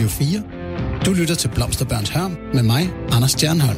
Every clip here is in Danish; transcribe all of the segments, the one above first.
Radio 4. Du lytter til Blomsterbørns Hørm med mig, Anders Stjernholm.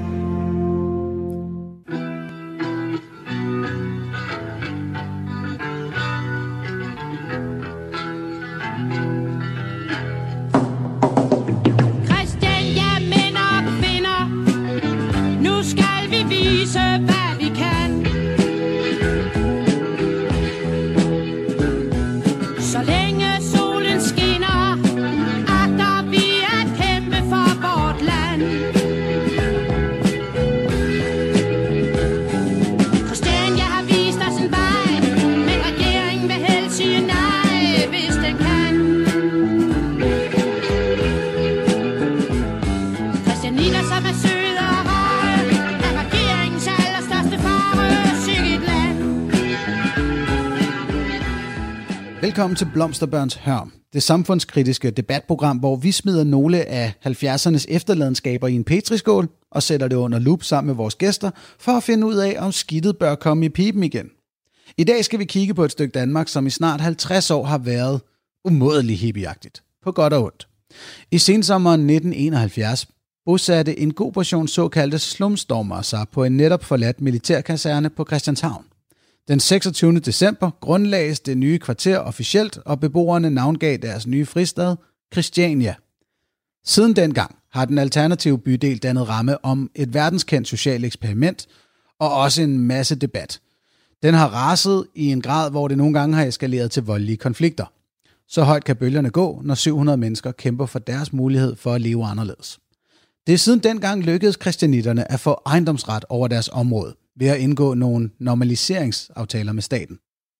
Velkommen til Blomsterbørns Hørm, det samfundskritiske debatprogram, hvor vi smider nogle af 70'ernes efterladenskaber i en petriskål og sætter det under lup sammen med vores gæster for at finde ud af, om skidtet bør komme i piben igen. I dag skal vi kigge på et stykke Danmark, som i snart 50 år har været umådeligt hippieagtigt, på godt og ondt. I sensommeren 1971 bosatte en god portion såkaldte slumstormere sig på en netop forladt militærkaserne på Christianshavn. Den 26. december grundlagdes det nye kvarter officielt, og beboerne navngav deres nye fristad Christiania. Siden dengang har den alternative bydel dannet ramme om et verdenskendt socialt eksperiment og også en masse debat. Den har raset i en grad, hvor det nogle gange har eskaleret til voldelige konflikter. Så højt kan bølgerne gå, når 700 mennesker kæmper for deres mulighed for at leve anderledes. Det er siden dengang lykkedes christianitterne at få ejendomsret over deres område ved at indgå nogle normaliseringsaftaler med staten.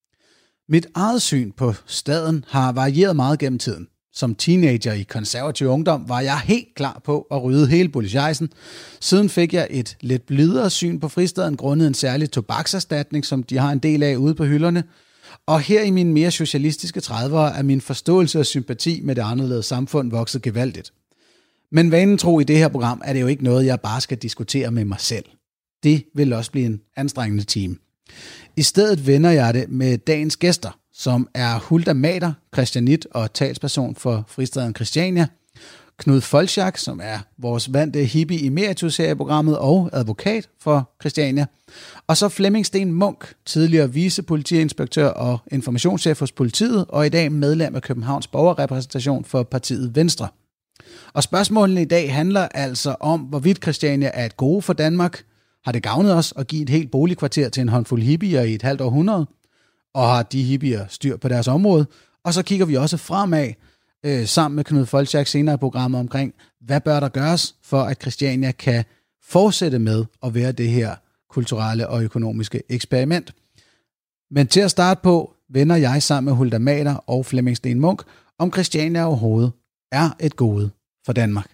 Mit eget syn på staden har varieret meget gennem tiden. Som teenager i konservativ ungdom var jeg helt klar på at rydde hele boligejsen. Siden fik jeg et lidt blidere syn på fristaden grundet en særlig tobakserstatning, som de har en del af ude på hylderne. Og her i mine mere socialistiske 30'ere er min forståelse og sympati med det anderledes samfund vokset gevaldigt. Men vanen tro i det her program er det jo ikke noget, jeg bare skal diskutere med mig selv. Det vil også blive en anstrengende time. I stedet vender jeg det med dagens gæster, som er Hulda Mader, christianit og talsperson for fristaden Christiania, Knud Folczak, som er vores vante hippie emeritus her i programmet og advokat for Christiania, og så Flemming Steen Munk, tidligere vicepolitiinspektør og informationschef hos politiet, og i dag medlem af Københavns borgerrepræsentation for partiet Venstre. Og spørgsmålene i dag handler altså om, hvorvidt Christiania er et gode for Danmark. Har det gavnet os at give et helt boligkvarter til en håndfuld hippier i et halvt århundrede? Og har de hippier styr på deres område? Og så kigger vi også fremad sammen med Knud Folczak senere i programmet omkring, hvad bør der gøres for, at Christiania kan fortsætte med at være det her kulturelle og økonomiske eksperiment. Men til at starte på, vender jeg sammen med Hulda Mader og Flemming Steen Munk, om Christiania overhovedet er et gode for Danmark.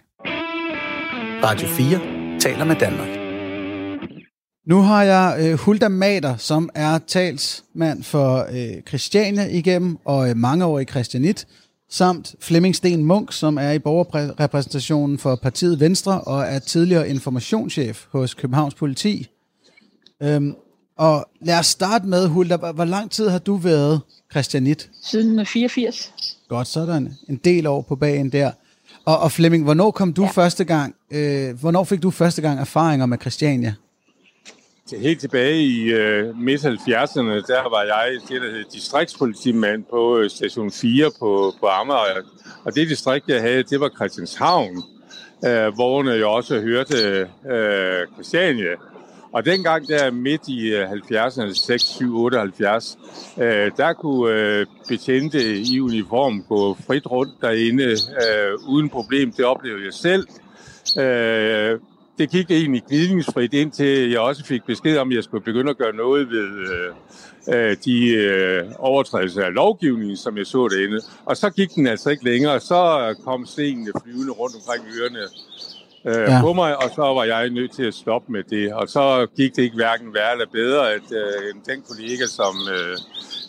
Radio 4 taler med Danmark. Nu har jeg Hulda Mader, som er talsmand for Christiania igennem og mangeårig christianit, samt Flemming Steen Munk, som er i borgerrepræsentationen for partiet Venstre og er tidligere informationschef hos Københavns Politi. Og lad os starte med, Hulda, hvor lang tid har du været christianit? Siden 84. Godt, så er der en del år på bagen der. Og Flemming, hvornår kom du første gang? Hvornår fik du første gang erfaringer med Christiania? Helt tilbage i midt-70'erne, der var jeg det, der hed distriktspolitimand på station 4 på Amager. Og det distrikt, jeg havde, det var Christianshavn, hvor jeg også hørte Christiania. Og dengang der midt i 70'erne, 6, 7, 78, der kunne betjente i uniform gå frit rundt derinde uden problem. Det oplevede jeg selv. Det gik egentlig gnidningsfrit, indtil jeg også fik besked om, at jeg skulle begynde at gøre noget ved de overtrædelser af lovgivningen, som jeg så derinde. Og så gik den altså ikke længere. Så kom stenene flyvende rundt omkring ørerne på mig, og så var jeg nødt til at stoppe med det. Og så gik det ikke hverken værre eller bedre, at den kollega, som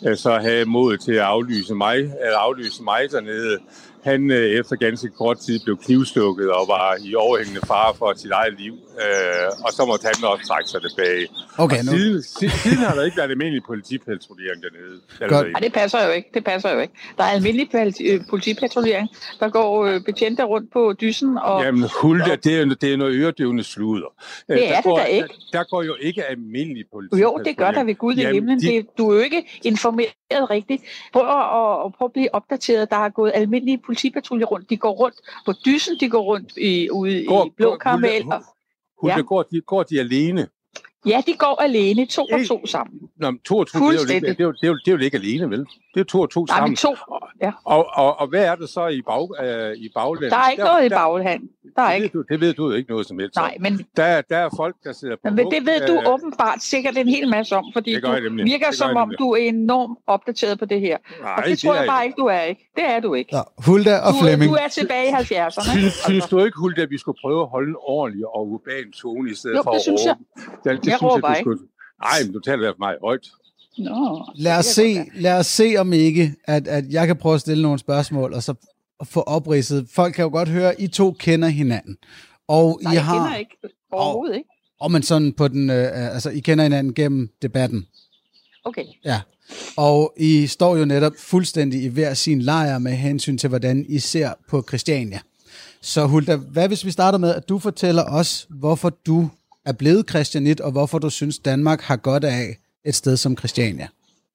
så havde mod til at aflyse mig dernede. Han efter ganske kort tid blev knivstukket og var i overhængende fare for sit eget liv. Og så måtte han også trække sig tilbage. Okay, siden har der ikke været almindelig politipatruljering dernede. Nej, det passer jo ikke. Der er almindelig politipatruljering. Der går betjente rundt på dyssen. Og, jamen, Hulda, det er noget øredøvende sludder. Det er det da ikke. Der går jo ikke almindelig politipatruljering. Jo, det gør der ved Gud i himlen. Du er jo ikke informeret rigtigt. Prøv at blive opdateret. Der er gået almindelige politipatruljer rundt. De går rundt på dyssen, de går rundt ude i Blå Karamel. Går de alene? Ja, de går alene, 2 og 2 sammen. Nå, 2 og 2, det er jo ikke alene, vel? Det er 2 og 2 sammen. Nej, 2, ja. Og hvad er der så i baglandet? Der er ikke noget i baglandet. Det ved du jo ikke noget som helst. Nej, men der er folk, der sidder på. Men det ved du åbenbart sikkert en hel masse om, fordi du virker som om, du er enormt opdateret på det her. Nej, og det tror jeg bare ikke, du er ikke. Det er du ikke. Ja, Hulda og Flemming. Du er tilbage i 70'erne. Synes du ikke, Hulda, at vi skulle prøve at holde en ordentlig og urban tone i stedet for at råbe? Jo, det synes jeg. Jeg råber ikke. Nej, men du taler i hvert fald meget højt. Nå, lad os se om ikke, at jeg kan prøve at stille nogle spørgsmål, og så få opridset. Folk kan jo godt høre, at I to kender hinanden. Og nej, jeg kender ikke. Overhovedet ikke. Og men sådan på den, I kender hinanden gennem debatten. Okay. Ja. Og I står jo netop fuldstændig i hver sin lejr med hensyn til, hvordan I ser på Christiania. Så Hulda, hvad hvis vi starter med, at du fortæller os, hvorfor du er blevet christianit, og hvorfor du synes, Danmark har godt af et sted som Christiania?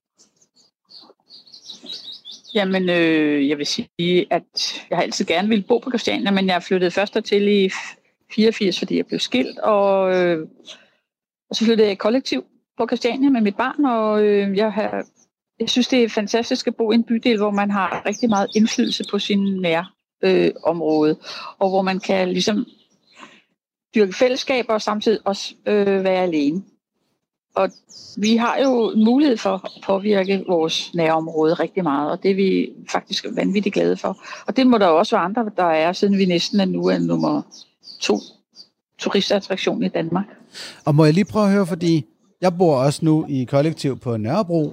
Jamen, jeg vil sige, at jeg har altid gerne ville bo på Christiania, men jeg flyttede først dertil i 84, fordi jeg blev skilt, og så flyttede jeg i kollektiv på Christiania med mit barn, og jeg synes, det er fantastisk at bo i en bydel, hvor man har rigtig meget indflydelse på sin nærområde, og hvor man kan ligesom dyrke fællesskaber og samtidig også være alene. Og vi har jo mulighed for at påvirke vores nærområde rigtig meget, og det er vi faktisk vanvittigt glade for. Og det må der også være andre, der er, siden vi næsten nu er nummer 2 turistattraktion i Danmark. Og må jeg lige prøve at høre, fordi jeg bor også nu i kollektiv på Nørrebro,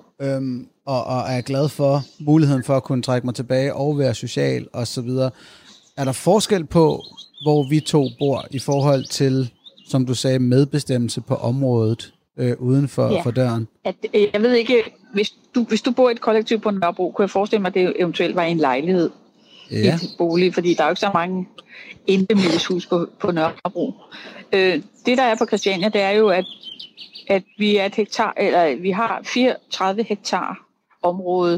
og er glad for muligheden for at kunne trække mig tilbage og være social osv. Er der forskel på, hvor vi to bor i forhold til, som du sagde, medbestemmelse på området uden for døren? Jeg ved ikke, hvis du bor i et kollektiv på Nørrebro, kunne jeg forestille mig, at det eventuelt var en lejlighed i et bolig, fordi der er jo ikke så mange endemiddelshus på Nørrebro. Det, der er på Christiania, det er jo, at vi er vi har 34 hektar område,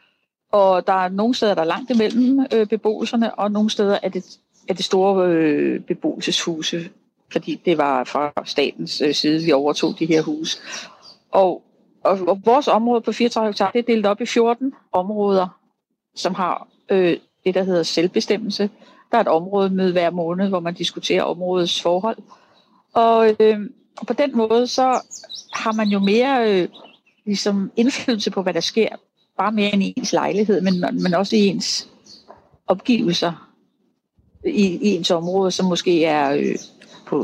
og der er nogle steder, der er langt imellem beboelserne, og nogle steder er det store beboelseshuse, fordi det var fra statens side, vi overtog de her huse. Og vores område på 34 hektar, det er delt op i 14 områder, som har det, der hedder selvbestemmelse. Der er et område hver måned, hvor man diskuterer områdets forhold. Og på den måde, så har man jo mere ligesom indflydelse på, hvad der sker. Bare mere end i ens lejlighed, men også i ens omgivelser. I ens område, som måske er på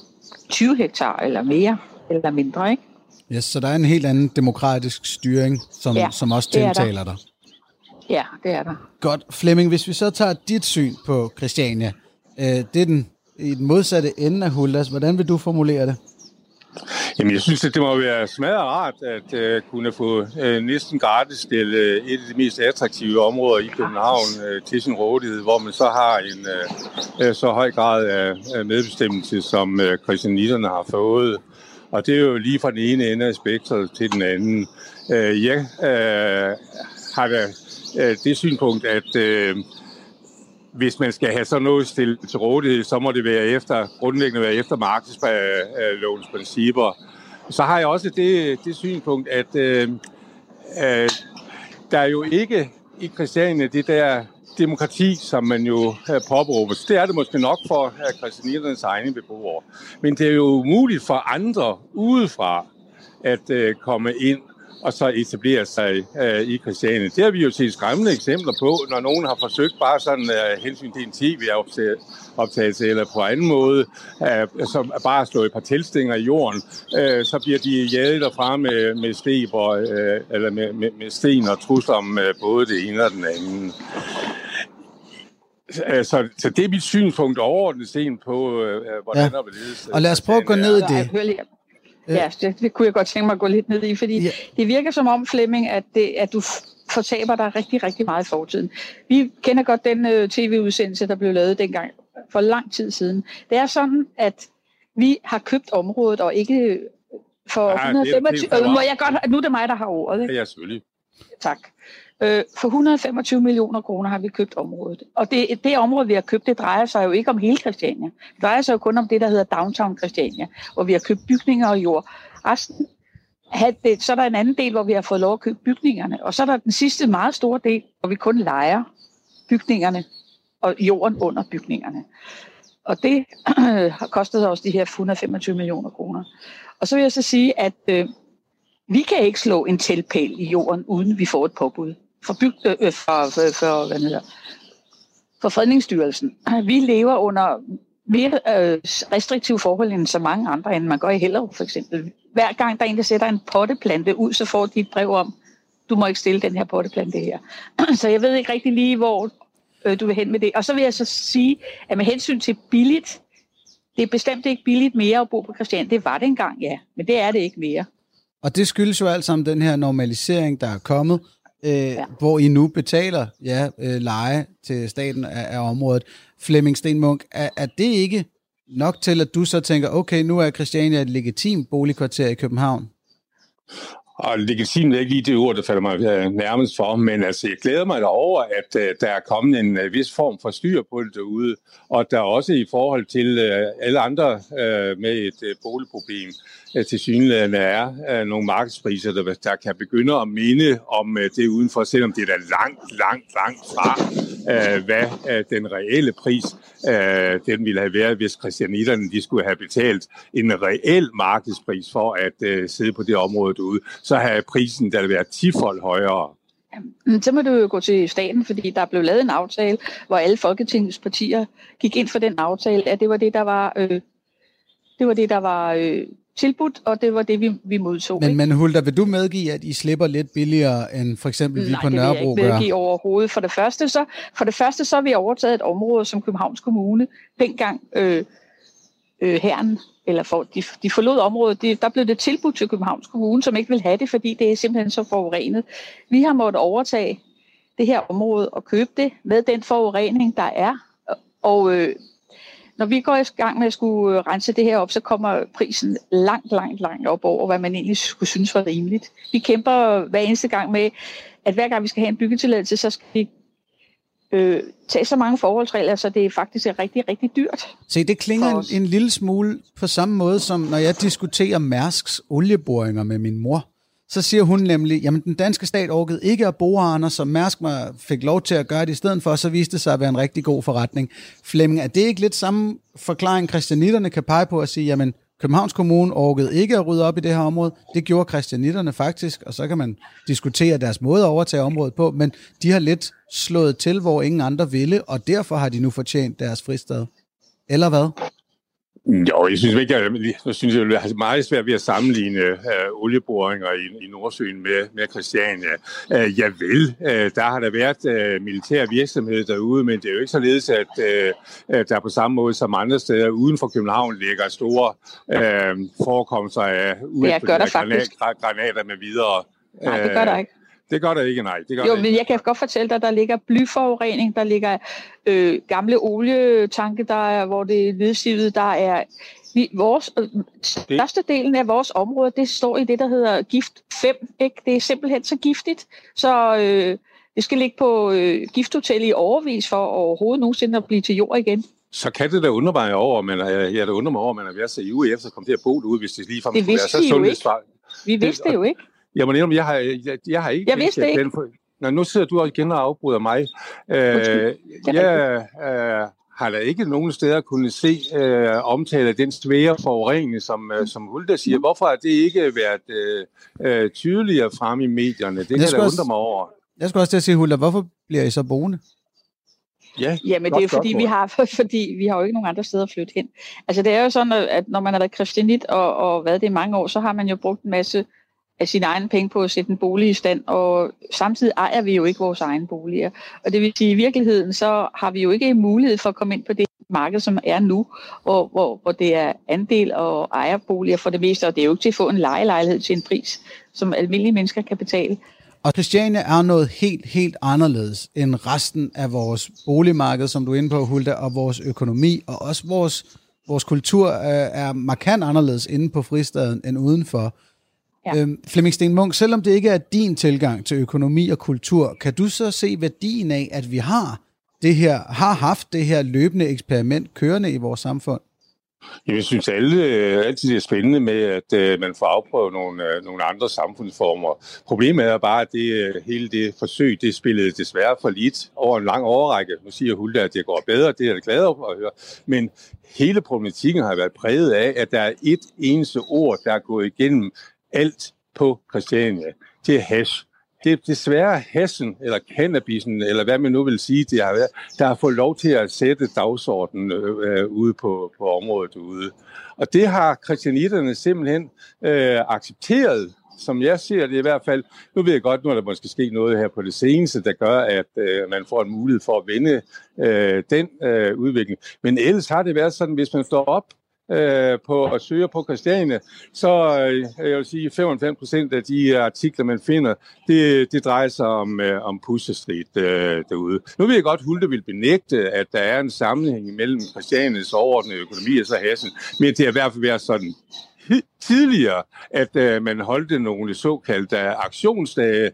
20 hektar eller mere eller mindre, ikke? Yes, så der er en helt anden demokratisk styring, som også tiltaler dig. Ja, det er der. Godt. Flemming, hvis vi så tager dit syn på Christiania, det er i den modsatte ende af Huldas. Hvordan vil du formulere det? Jamen, jeg synes, at det må være smadret rart at kunne få næsten gratis til et af de mest attraktive områder i København til sin rådighed, hvor man så har en så høj grad af medbestemmelse, som christianitterne har fået. Og det er jo lige fra den ene ende af spektret til den anden. Jeg har da det synspunkt, at hvis man skal have sådan noget stillet til rådighed, så må det grundlæggende være efter markedslovens principper. Så har jeg også det synspunkt, at der er jo ikke i Christiania det der demokrati, som man jo påberåber. Det er det måske nok for christianitternes egne beboere. Men det er jo umuligt for andre udefra at komme ind og så etablere sig i Christiania. Det har vi jo set skræmmende eksempler på, når nogen har forsøgt bare sådan hensyn til en tv-optagelse eller på anden måde, som bare at slå et par tilstænger i jorden, så bliver de jaget derfra med steber, eller med sten og trusler om både det ene og den anden. Så det er mit synspunkt overordnet set på, hvordan der vil ledes. Og lad os prøve at gå ned i det. Ja, det kunne jeg godt tænke mig at gå lidt ned i, fordi det virker som om, Flemming, at du fortaber dig rigtig, rigtig meget i fortiden. Vi kender godt den tv-udsendelse, der blev lavet dengang for lang tid siden. Det er sådan, at vi har købt området, og ikke for 125... Nu er det mig, der har ordet, ikke? Ja, selvfølgelig. Tak. For 125 millioner kroner har vi købt området. Og det område, vi har købt, det drejer sig jo ikke om hele Christiania. Det drejer sig jo kun om det, der hedder Downtown Christiania, hvor vi har købt bygninger og jord. Resten, så er der en anden del, hvor vi har fået lov at købe bygningerne. Og så er der den sidste meget store del, hvor vi kun lejer bygningerne og jorden under bygningerne. Og det har kostet os de her 125 millioner kroner. Og så vil jeg så sige, at vi kan ikke slå en teltpæl i jorden, uden vi får et påbud for Fredningsstyrelsen. Vi lever under mere restriktive forhold end så mange andre, end man gør i Hellerup for eksempel. Hver gang der er en, der sætter en potteplante ud, så får de et brev om, du må ikke stille den her potteplante her. Så jeg ved ikke rigtig lige, hvor du vil hen med det. Og så vil jeg så sige, at med hensyn til billigt, det er bestemt ikke billigt mere at bo på Christiania. Det var det engang, ja, men det er det ikke mere. Og det skyldes jo alt sammen den her normalisering, der er kommet, hvor I nu betaler leje til staten af området. Flemming Stenmunk, er det ikke nok til, at du så tænker, okay, nu er Christiania et legitimt boligkvarter i København? Og legitimt er ikke lige det ord, der falder mig nærmest for, men altså, jeg glæder mig over, at der er kommet en vis form for styr på det derude, og der også i forhold til alle andre med et boligproblem, tilsyneladende er nogle markedspriser, der kan begynde at minde om det udenfor, selvom det er da langt fra, hvad den reelle pris, den ville have været, hvis christianitterne de skulle have betalt en reel markedspris for at sidde på det område derude, så har prisen der været 10-fold højere. Så må du jo gå til staten, fordi der blev lavet en aftale, hvor alle Folketingets partier gik ind for den aftale, at det var det, der var tilbudt, og det var det, vi modtog. Men Hulda, vil du medgive, at I slipper lidt billigere end for eksempel vi på Nørrebro gør? Nej, det vil jeg ikke medgive overhovedet. For det første så har vi overtaget et område, som Københavns Kommune dengang herren, eller de forlod området, der blev det tilbudt til Københavns Kommune, som ikke vil have det, fordi det er simpelthen så forurenet. Vi har måttet overtage det her område og købe det med den forurening, der er. Og når vi går i gang med at skulle rense det her op, så kommer prisen langt op over, hvad man egentlig skulle synes var rimeligt. Vi kæmper hver eneste gang med, at hver gang vi skal have en byggetilladelse, så skal vi tage så mange forholdsregler, så det faktisk er rigtig, rigtig dyrt. Se, det klinger en lille smule på samme måde, som når jeg diskuterer Mærsks olieboringer med min mor. Så siger hun nemlig, jamen den danske stat orkede ikke at bore, Anders, så Mærsk fik lov til at gøre det i stedet for, så viste det sig at være en rigtig god forretning. Flemming, er det ikke lidt samme forklaring, christianitterne kan pege på at sige, jamen Københavns Kommune orkede ikke at rydde op i det her område, det gjorde christianitterne faktisk, og så kan man diskutere deres måde at overtage området på, men de har lidt slået til, hvor ingen andre ville, og derfor har de nu fortjent deres fristad. Eller hvad? Jo, jeg synes ikke, det vil være meget svært ved at sammenligne olieboringer i Nordsøen med Christiania. Jeg vil. Der har der været militær virksomhed derude, men det er jo ikke således, at der på samme måde som andre steder uden for København ligger store forekomster af granater med videre. Nej, det gør der ikke. Det gør der ikke, nej. Men jeg kan godt fortælle dig, der ligger blyforurening, der ligger gamle olietanke, hvor det er nedsivet, der er største delen af vores område, det står i det, der hedder gift 5, ikke? Det er simpelthen så giftigt, så det skal ligge på gifthotel i overvis for overhovedet nogensinde at blive til jord igen. Så kan det da undre mig over, men jeg undrer mig over, at man er ved at se ivrig efter at komme til at bo derude, hvis det lige det vidste vi jo ikke. Vi vidste det jo ikke. Jamen, jeg har ikke... Jeg vidste ikke. Nu sidder du igen og afbryder mig. Jeg har der ikke nogen steder kunnet se omtale af den svære forurening, som Hulda siger. Hvorfor har det ikke været tydeligere fremme i medierne? Det kan jeg undre mig over. Jeg skulle også til at sige, Hulda, hvorfor bliver I så boende? Ja, men det er jo fordi vi har jo ikke nogen andre steder at flytte hen. Altså det er jo sådan, at når man har været kristianit og været det i mange år, så har man jo brugt en masse af sine egne penge på at sætte en bolig i stand, og samtidig ejer vi jo ikke vores egne boliger. Og det vil sige, at i virkeligheden, så har vi jo ikke mulighed for at komme ind på det marked, som er nu, hvor det er andel og ejerboliger for det meste, og det er jo ikke til at få en lejelejlighed til en pris, som almindelige mennesker kan betale. Og Christiania er noget helt anderledes end resten af vores boligmarked, som du er inde på, Hulda, og vores økonomi, og også vores kultur er markant anderledes inde på fristaden end udenfor. Ja. Flemming Steen Munk, selvom det ikke er din tilgang til økonomi og kultur, kan du så se værdien af, at vi har haft det her løbende eksperiment kørende i vores samfund? Jeg synes altid det er spændende med, at man får afprøvet nogle andre samfundsformer. Problemet er bare, at hele det forsøg, det spillede desværre for lidt over en lang årrække. Nu siger Hulda, at det går bedre, det er jeg glad for at høre. Men hele problematikken har været præget af, at der er et eneste ord, der er gået igennem alt på Christiania. Det er hash. Det er desværre hassen, eller cannabisen, eller hvad man nu vil sige, der har fået lov til at sætte dagsordenen ude på området ude. Og det har christianitterne simpelthen accepteret, som jeg ser det i hvert fald. Nu ved jeg godt, nu er der måske sket noget her på det seneste, der gør, at man får en mulighed for at vende den udvikling. Men ellers har det været sådan, hvis man står op på at søge på Christiania, så jeg vil sige 95% af de artikler, man finder, det drejer sig om Pusher Street derude. Nu ved jeg godt, Hulda vil benægte, at der er en sammenhæng mellem Christianias overordnede økonomi og så hassen, men det har i hvert fald været sådan tidligere, at man holdte nogle såkaldte aktionsdage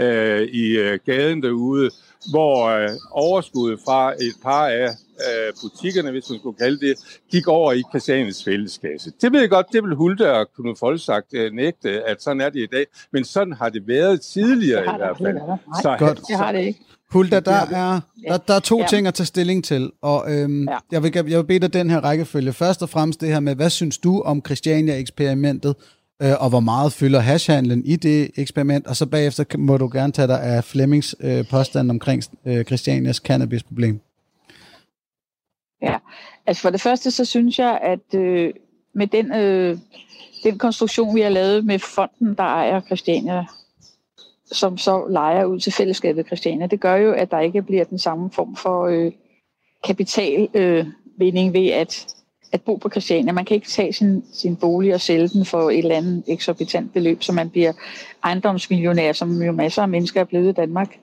i gaden derude, hvor overskuddet fra et par af butikkerne, hvis man skulle kalde det, gik over i Christianias fælleskasse. Det ved jeg godt, det vil Hulda og Knud Foldsagt nægte, at sådan er det i dag, men sådan har det været tidligere i hvert fald. Så godt. Det har det ikke. Hulda, der er to ting at tage stilling til, og jeg vil bede dig den her rækkefølge. Først og fremmest det her med, hvad synes du om Christiania-eksperimentet, og hvor meget fylder hashhandlen i det eksperiment, og så bagefter må du gerne tage dig af Flemmings påstand omkring Christianias cannabisproblem. Ja, altså for det første, så synes jeg, at med den konstruktion, vi har lavet med fonden, der ejer Christiania, som så lejer ud til fællesskabet Christiania, det gør jo, at der ikke bliver den samme form for kapitalvinding ved at bo på Christiania. Man kan ikke tage sin bolig og sælge den for et eller andet eksorbitant beløb, så man bliver ejendomsmillionær, som jo masser af mennesker er blevet i Danmark.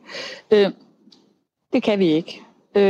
Det kan vi ikke.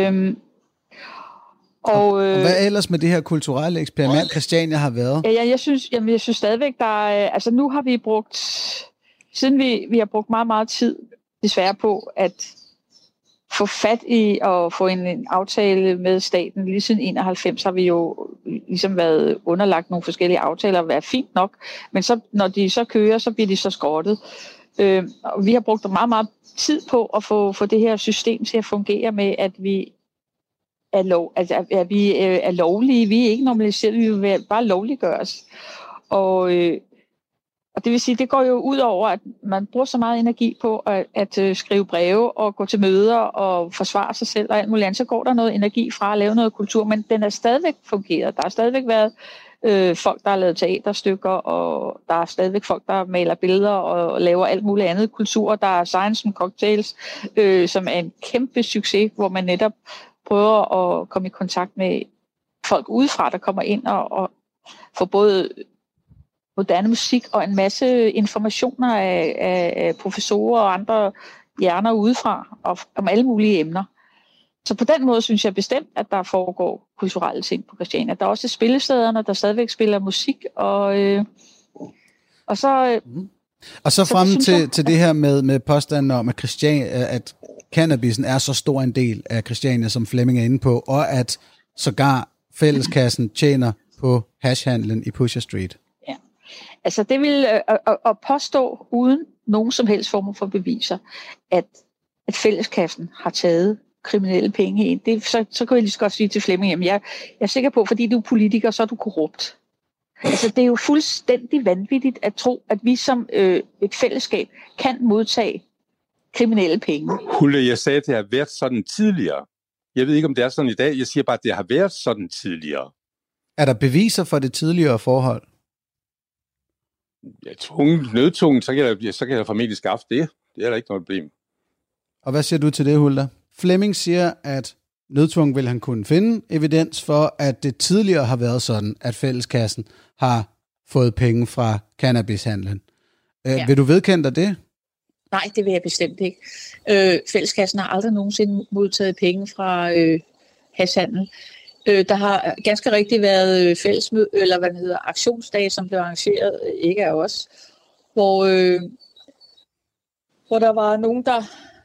Og hvad ellers med det her kulturelle eksperiment, Christiania har været? Ja, jeg synes stadigvæk, altså nu har vi brugt, siden vi har brugt meget, meget tid desværre på at få fat i og få en aftale med staten. Lige siden 91 har vi jo ligesom været underlagt nogle forskellige aftaler, og været fint nok, men så, når de så kører, så bliver de så skrottet. Og vi har brugt meget, meget tid på at få det her system til at fungere med, at vi at vi er lovlige. Vi er ikke normaliseret, vi vil bare lovliggøres. Og det vil sige, det går jo ud over, at man bruger så meget energi på at skrive breve og gå til møder og forsvare sig selv og alt muligt andet. Så går der noget energi fra at lave noget kultur, men den er stadigvæk fungeret. Der har stadigvæk været folk, der har lavet teaterstykker, og der er stadigvæk folk, der maler billeder og laver alt muligt andet kultur. Der er Science and Cocktails, som er en kæmpe succes, hvor man netop prøver at komme i kontakt med folk udefra, der kommer ind og får både moderne musik og en masse informationer af professorer og andre hjerner udefra om alle mulige emner. Så på den måde synes jeg bestemt, at der foregår kulturelle ting på Christiania. Der er også spillestederne, der stadigvæk spiller musik, og så... Og så frem til det her med påstanden om, at cannabisen er så stor en del af Christiania, som Flemming er inde på, og at sågar fælleskassen tjener på hashhandlen i Pusher Street. Ja, altså det vil at påstå uden nogen som helst form for beviser, at fælleskassen har taget kriminelle penge ind. Så kan jeg lige så godt sige til Flemming, jamen jeg er sikker på, fordi du er politiker, så er du korrupt. Altså, det er jo fuldstændig vanvittigt at tro, at vi som et fællesskab kan modtage kriminelle penge. Hulle, jeg sagde, at det har været sådan tidligere. Jeg ved ikke, om det er sådan i dag. Jeg siger bare, at det har været sådan tidligere. Er der beviser for det tidligere forhold? Ja, nødtvungen, så kan jeg formentlig skaffe det. Det er der ikke noget problem. Og hvad siger du til det, Hulda? Flemming siger, at nødtvungen vil han kunne finde evidens for, at det tidligere har været sådan, at fælleskassen har fået penge fra cannabishandlen. Ja. Vil du vedkende dig det? Nej, det vil jeg bestemt ikke. Fælleskassen har aldrig nogensinde modtaget penge fra hashhandel. Der har ganske rigtigt været fællesmøde, eller aktionsdage, som blev arrangeret, ikke af os, hvor der var nogen, der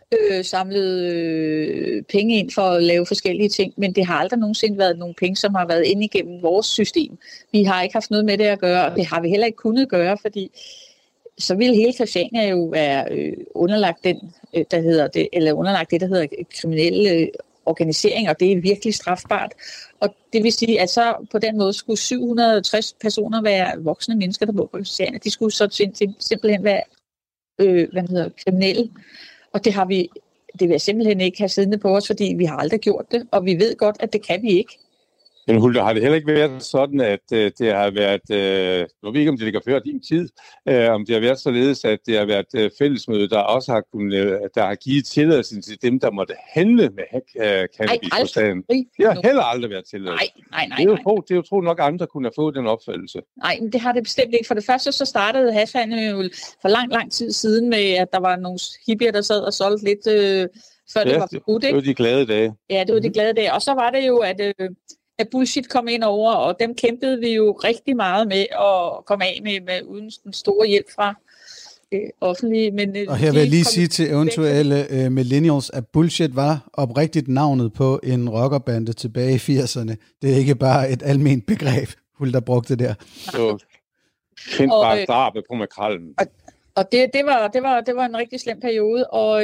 samlede penge ind for at lave forskellige ting, men det har aldrig nogensinde været nogle penge, som har været inde igennem vores system. Vi har ikke haft noget med det at gøre, og det har vi heller ikke kunnet gøre, fordi så ville hele Christiania jo være underlagt underlagt det, der hedder kriminelle organisering, og det er virkelig strafbart. Og det vil sige, at så på den måde skulle 760 personer være voksne mennesker, der bor på Christiania. De skulle så simpelthen være kriminelle. Og det vil jeg simpelthen ikke have siddende på os, fordi vi har aldrig gjort det, og vi ved godt, at det kan vi ikke. Men Hulda, har det heller ikke været sådan, at det har været, nu ved jeg ikke, om det ligger før din tid, om det har været således, at det har været fællesmøde, der også har der har givet tilladelsen til dem, der måtte handle med cannabis på staden. Det har heller aldrig været tilladelse. Nej. Det er jo tro nok, andre kunne have fået den opfattelse. Nej, men det har det bestemt ikke. For det første så startede hashhandel jo for lang tid siden med, at der var nogle hippier, der sad og solgte lidt, før det var forbudt. Det var de glade dage. Ja, det var de glade dage. Og så var det jo, at bullshit kom ind over, og dem kæmpede vi jo rigtig meget med at komme af med uden den store hjælp fra offentlige. Men, og her vil jeg lige sige til eventuelle millennials, at bullshit var oprigtigt navnet på en rockerbande tilbage i 80'erne. Det er ikke bare et alment begreb, Hulda brugte der. Kendt bare drabet på makrallen. Og det var en rigtig slem periode, og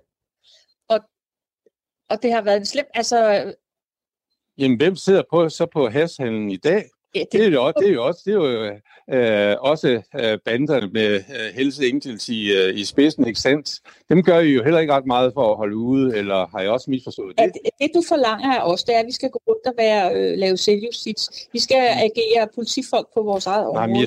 det har været en slem, Jamen, hvem sidder på hashhandlen i dag? Ja, det er jo også banderne med Hells Angels i spidsen, ikke sandt? Dem gør I jo heller ikke ret meget for at holde ude, eller har jeg også misforstået det? Det du forlanger af os, det er, at vi skal gå rundt og lave selvjustits. Vi skal agere politifolk på vores eget område. Nej, men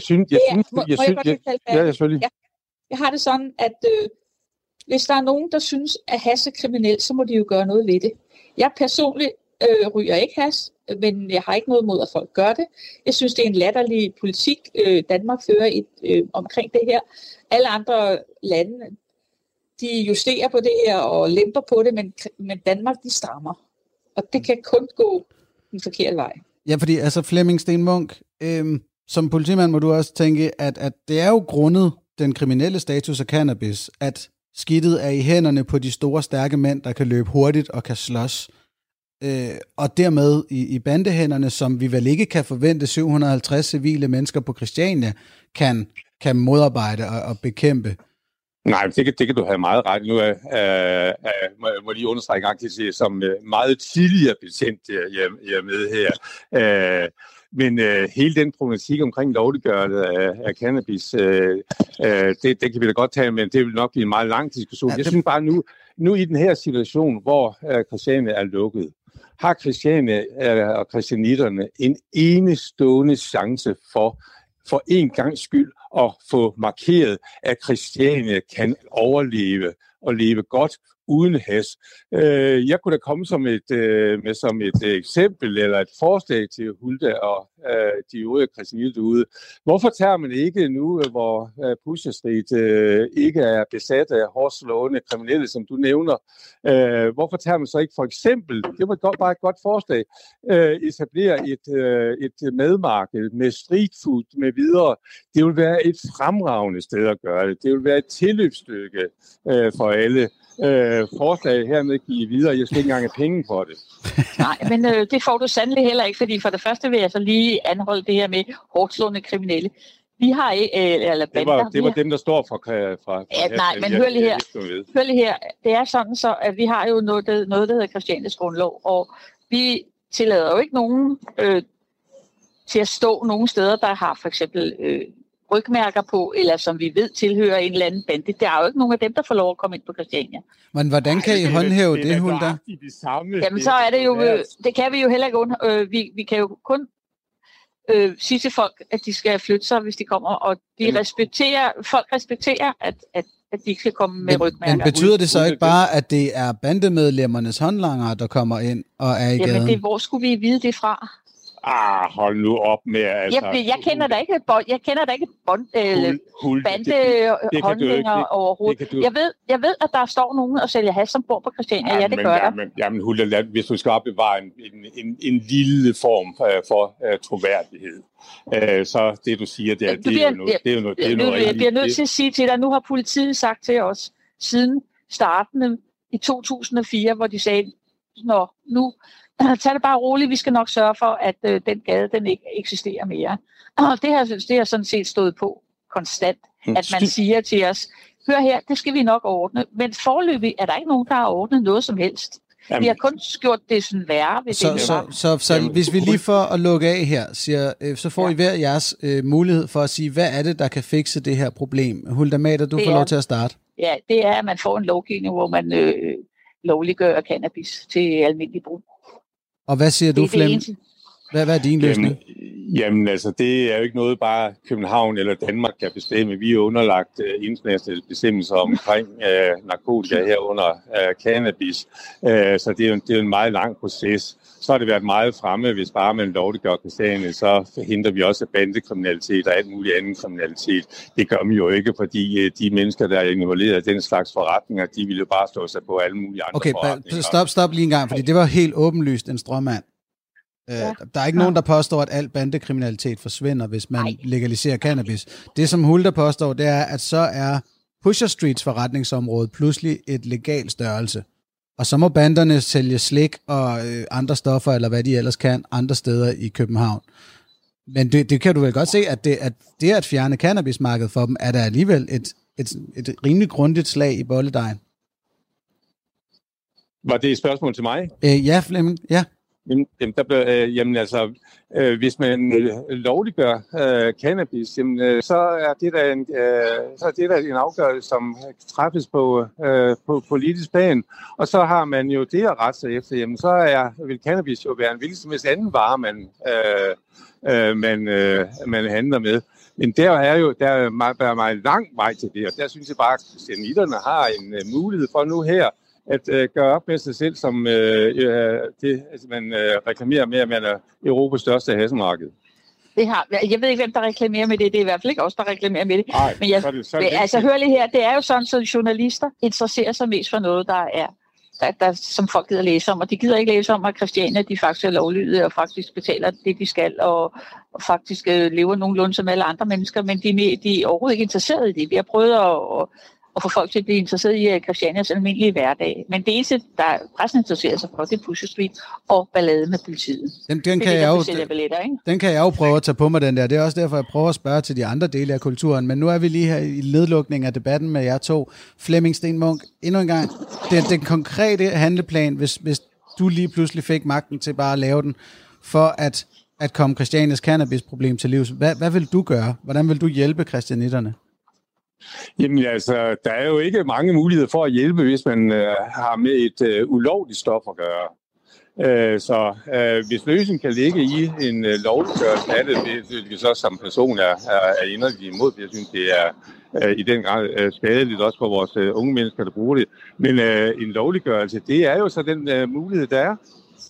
jeg har det sådan, at hvis der er nogen, der synes, at hash er kriminelt, så må de jo gøre noget ved det. Jeg personligt ryger ikke hash, men jeg har ikke noget mod, at folk gør det. Jeg synes, det er en latterlig politik, Danmark fører omkring det her. Alle andre lande, de justerer på det her og lemper på det, men Danmark, de strammer. Og det kan kun gå en forkert vej. Ja, fordi Flemming Steen Munk, som politimand må du også tænke, at det er jo grundet den kriminelle status af cannabis, at skidtet er i hænderne på de store, stærke mænd, der kan løbe hurtigt og kan slås. Og dermed i bandehænderne, som vi vel ikke kan forvente 750 civile mennesker på Christiania, kan modarbejde og bekæmpe. Nej, det kan du have meget ret. Nu må lige understrege en gang til, som meget tidligere betjent, jeg er med her. Men hele den problematik omkring lovliggørelse af cannabis, det kan vi da godt tage, men det vil nok blive en meget lang diskussion. Jeg synes bare nu i den her situation, hvor Christiania er lukket, har Christiania og christianitterne en enestående chance for en gangs skyld at få markeret, at Christiania kan overleve og leve godt uden hash. Jeg kunne da komme som et eksempel eller et forslag til Hulda og de øvrige christianitter derude. Hvorfor tager man ikke nu, hvor Pusher Street ikke er besat af hårdslående kriminelle, som du nævner, hvorfor tager man så ikke for eksempel, det var bare et godt forslag, etablere et madmarked med street food med videre. Det vil være et fremragende sted at gøre det. Det vil være et tilløbsstykke for alle. Forslag hermed give videre. Jeg skal ikke engang have penge for det. Nej, men det får du sandelig heller ikke, fordi for det første vil jeg så lige anholde det her med hårdslående kriminelle. Vi har ikke, eller bander. Det var dem, der står fra ja, nej, men hør lige her. Det er sådan så, at vi har jo noget der hedder Christianias grundlov, og vi tillader jo ikke nogen til at stå nogle steder, der har for eksempel rygmærker på, eller som vi ved tilhører en eller anden bande. Det er jo ikke nogen af dem, der får lov at komme ind på Christiania. Men hvordan kan I håndhæve det, Hulda? Jamen så er det jo, det kan vi jo heller ikke vi kan jo kun sige til folk, at de skal flytte sig, hvis de kommer, og folk respekterer, at de ikke skal komme med rygmærker. Men betyder det så ikke bare, at det er bandemedlemmernes håndlangere, der kommer ind og er i gaden? Jamen hvor skulle vi vide det fra? Hold nu op med... Altså, jeg kender da ikke bandehåndlinger overhovedet. Jeg ved, at der står nogen og sælger hash, som bor på Christiania. Ja, det gør der. Jamen, Hulda, hvis du skal opbevare en lille form for troværdighed, så det, du siger, det er jo noget... Jeg bliver nødt til at sige til dig, nu har politiet sagt til os, siden starten i 2004, hvor de sagde, nu... Tag det bare roligt, vi skal nok sørge for, at den gade, den ikke eksisterer mere. Og det har sådan set stået på konstant, at man siger til os, hør her, det skal vi nok ordne. Men foreløbig er der ikke nogen, der har ordnet noget som helst. Jamen. Vi har kun gjort det sådan værre ved Så hvis vi lige får at lukke af her, siger, så får I hver jeres mulighed for at sige, hvad er det, der kan fikse det her problem? Hulda Mader, du får lov til at starte. Ja, det er, at man får en lovgivning, hvor man lovliggør cannabis til almindelig brug. Og hvad siger du, Flemming? Hvad er din løsning? Jamen altså, det er jo ikke noget, bare København eller Danmark kan bestemme. Vi er underlagt internationale bestemmelser omkring narkotika herunder cannabis. Så det er jo en meget lang proces. Så har det været meget fremme, hvis bare man lovliggør Christiania, så forhindrer vi også bandekriminalitet og alt muligt andet kriminalitet. Det gør vi jo ikke, fordi de mennesker, der er involveret i den slags forretninger, de vil jo bare stå sig på alle mulige andre forretninger. Stop lige en gang, fordi det var helt åbenlyst en stråmand. Der er ikke nogen, der påstår, at al bandekriminalitet forsvinder, hvis man legaliserer cannabis. Det, som Hulda påstår, det er, at så er Pusher Streets forretningsområde pludselig et legal størrelse. Og så må banderne sælge slik og andre stoffer, eller hvad de ellers kan, andre steder i København. Men det kan du vel godt se, at det at fjerne cannabismarkedet for dem, er der alligevel et rimelig grundigt slag i bolledejen. Var det et spørgsmål til mig? Ja, Flemming, ja. Hvis man lovliggør cannabis, så er det der en afgørelse, som træffes på politisk plan, og så har man jo det at rette sig efter. Jamen, så vil cannabis jo være en hvilken som helst anden vare, man handler med. Men der er meget lang vej til det, og der synes jeg bare, at christianitterne har en mulighed for nu her at gøre op med sig selv, som man reklamerer med, at man er Europas største hasselmarked. Jeg ved ikke, hvem der reklamerer med det. Det er i hvert fald ikke os, der reklamerer med det. Nej, men hør lige her. Det er jo sådan, at journalister interesserer sig mest for noget, der som folk gider læse om. Og de gider ikke læse om, at Christiania, de faktisk er lovlydige og faktisk betaler det, de skal, og faktisk lever nogenlunde som alle andre mennesker. Men de er overhovedet ikke interesserede i det. Vi har prøvet at få folk til at blive interesseret i Christianias almindelige hverdag. Men det eneste, der resten interesserer sig for, det er Pusher Street og ballade med politiet. Den kan jeg jo prøve at tage på mig, den der. Det er også derfor, jeg prøver at spørge til de andre dele af kulturen. Men nu er vi lige her i nedlukningen af debatten med jer to. Flemming Stenmunk, endnu en gang. Den konkrete handleplan, hvis du lige pludselig fik magten til bare at lave den, for at komme Christianias cannabisproblem til livs. Hvad vil du gøre? Hvordan vil du hjælpe christianitterne? Jamen altså, der er jo ikke mange muligheder for at hjælpe, hvis man har med et ulovligt stof at gøre. Så hvis løsningen kan ligge i en lovliggørelse af det, det så som person er inderligt imod, jeg synes, det er i den grad skadeligt også for vores unge mennesker, der bruger det. Men en lovliggørelse, det er jo så den mulighed, der er.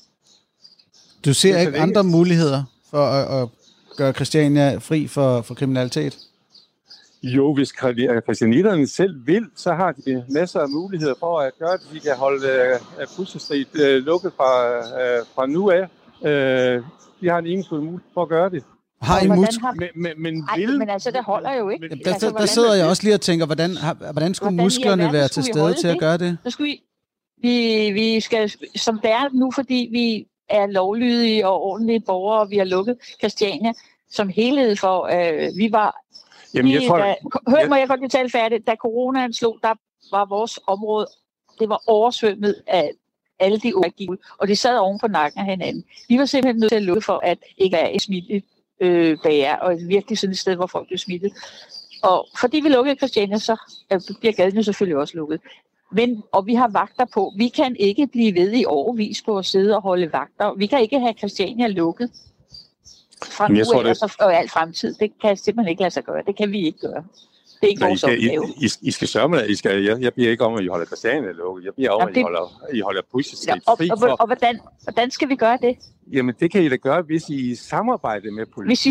Du ser ikke andre muligheder for at gøre Christiania fri for kriminalitet? Jo, hvis christianitterne selv vil, så har de masser af muligheder for at gøre det. De kan holde Pusher Street lukket fra nu af. De har en eneste mulighed for at gøre det. Har I men altså, det holder jo ikke. Der sidder jeg også lige og tænker, hvordan skulle musklerne være til stede til at gøre det? Så skulle vi skal, som det er nu, fordi vi er lovlydige og ordentlige borgere, og vi har lukket Christiania, som helhed for, vi var... Jamen, jeg tror... Må jeg godt lige tale færdigt? Da coronaen slog, der var vores område, det var oversvømmet af alle de uger, og de sad oven på nakken af hinanden. Vi var simpelthen nødt til at lukke for, at ikke være en smittebærer, og virkelig sådan et sted, hvor folk blev smittet. Og fordi vi lukkede Christiania, så bliver gaden jo selvfølgelig også lukket. Og vi har vagter på. Vi kan ikke blive ved i årevis på at sidde og holde vagter. Vi kan ikke have Christiania lukket fra nu og alt fremtid. Det kan simpelthen ikke lade sig gøre. Det kan vi ikke gøre. Det er ikke vores opgave. I skal sørge med det. Jeg bliver ikke om, at I holder Christiania lukket. Jeg bliver om, at I holder Pusher Street fri for... Og hvordan skal vi gøre det? Jamen, det kan I da gøre, hvis I samarbejder med politiet. Hvis I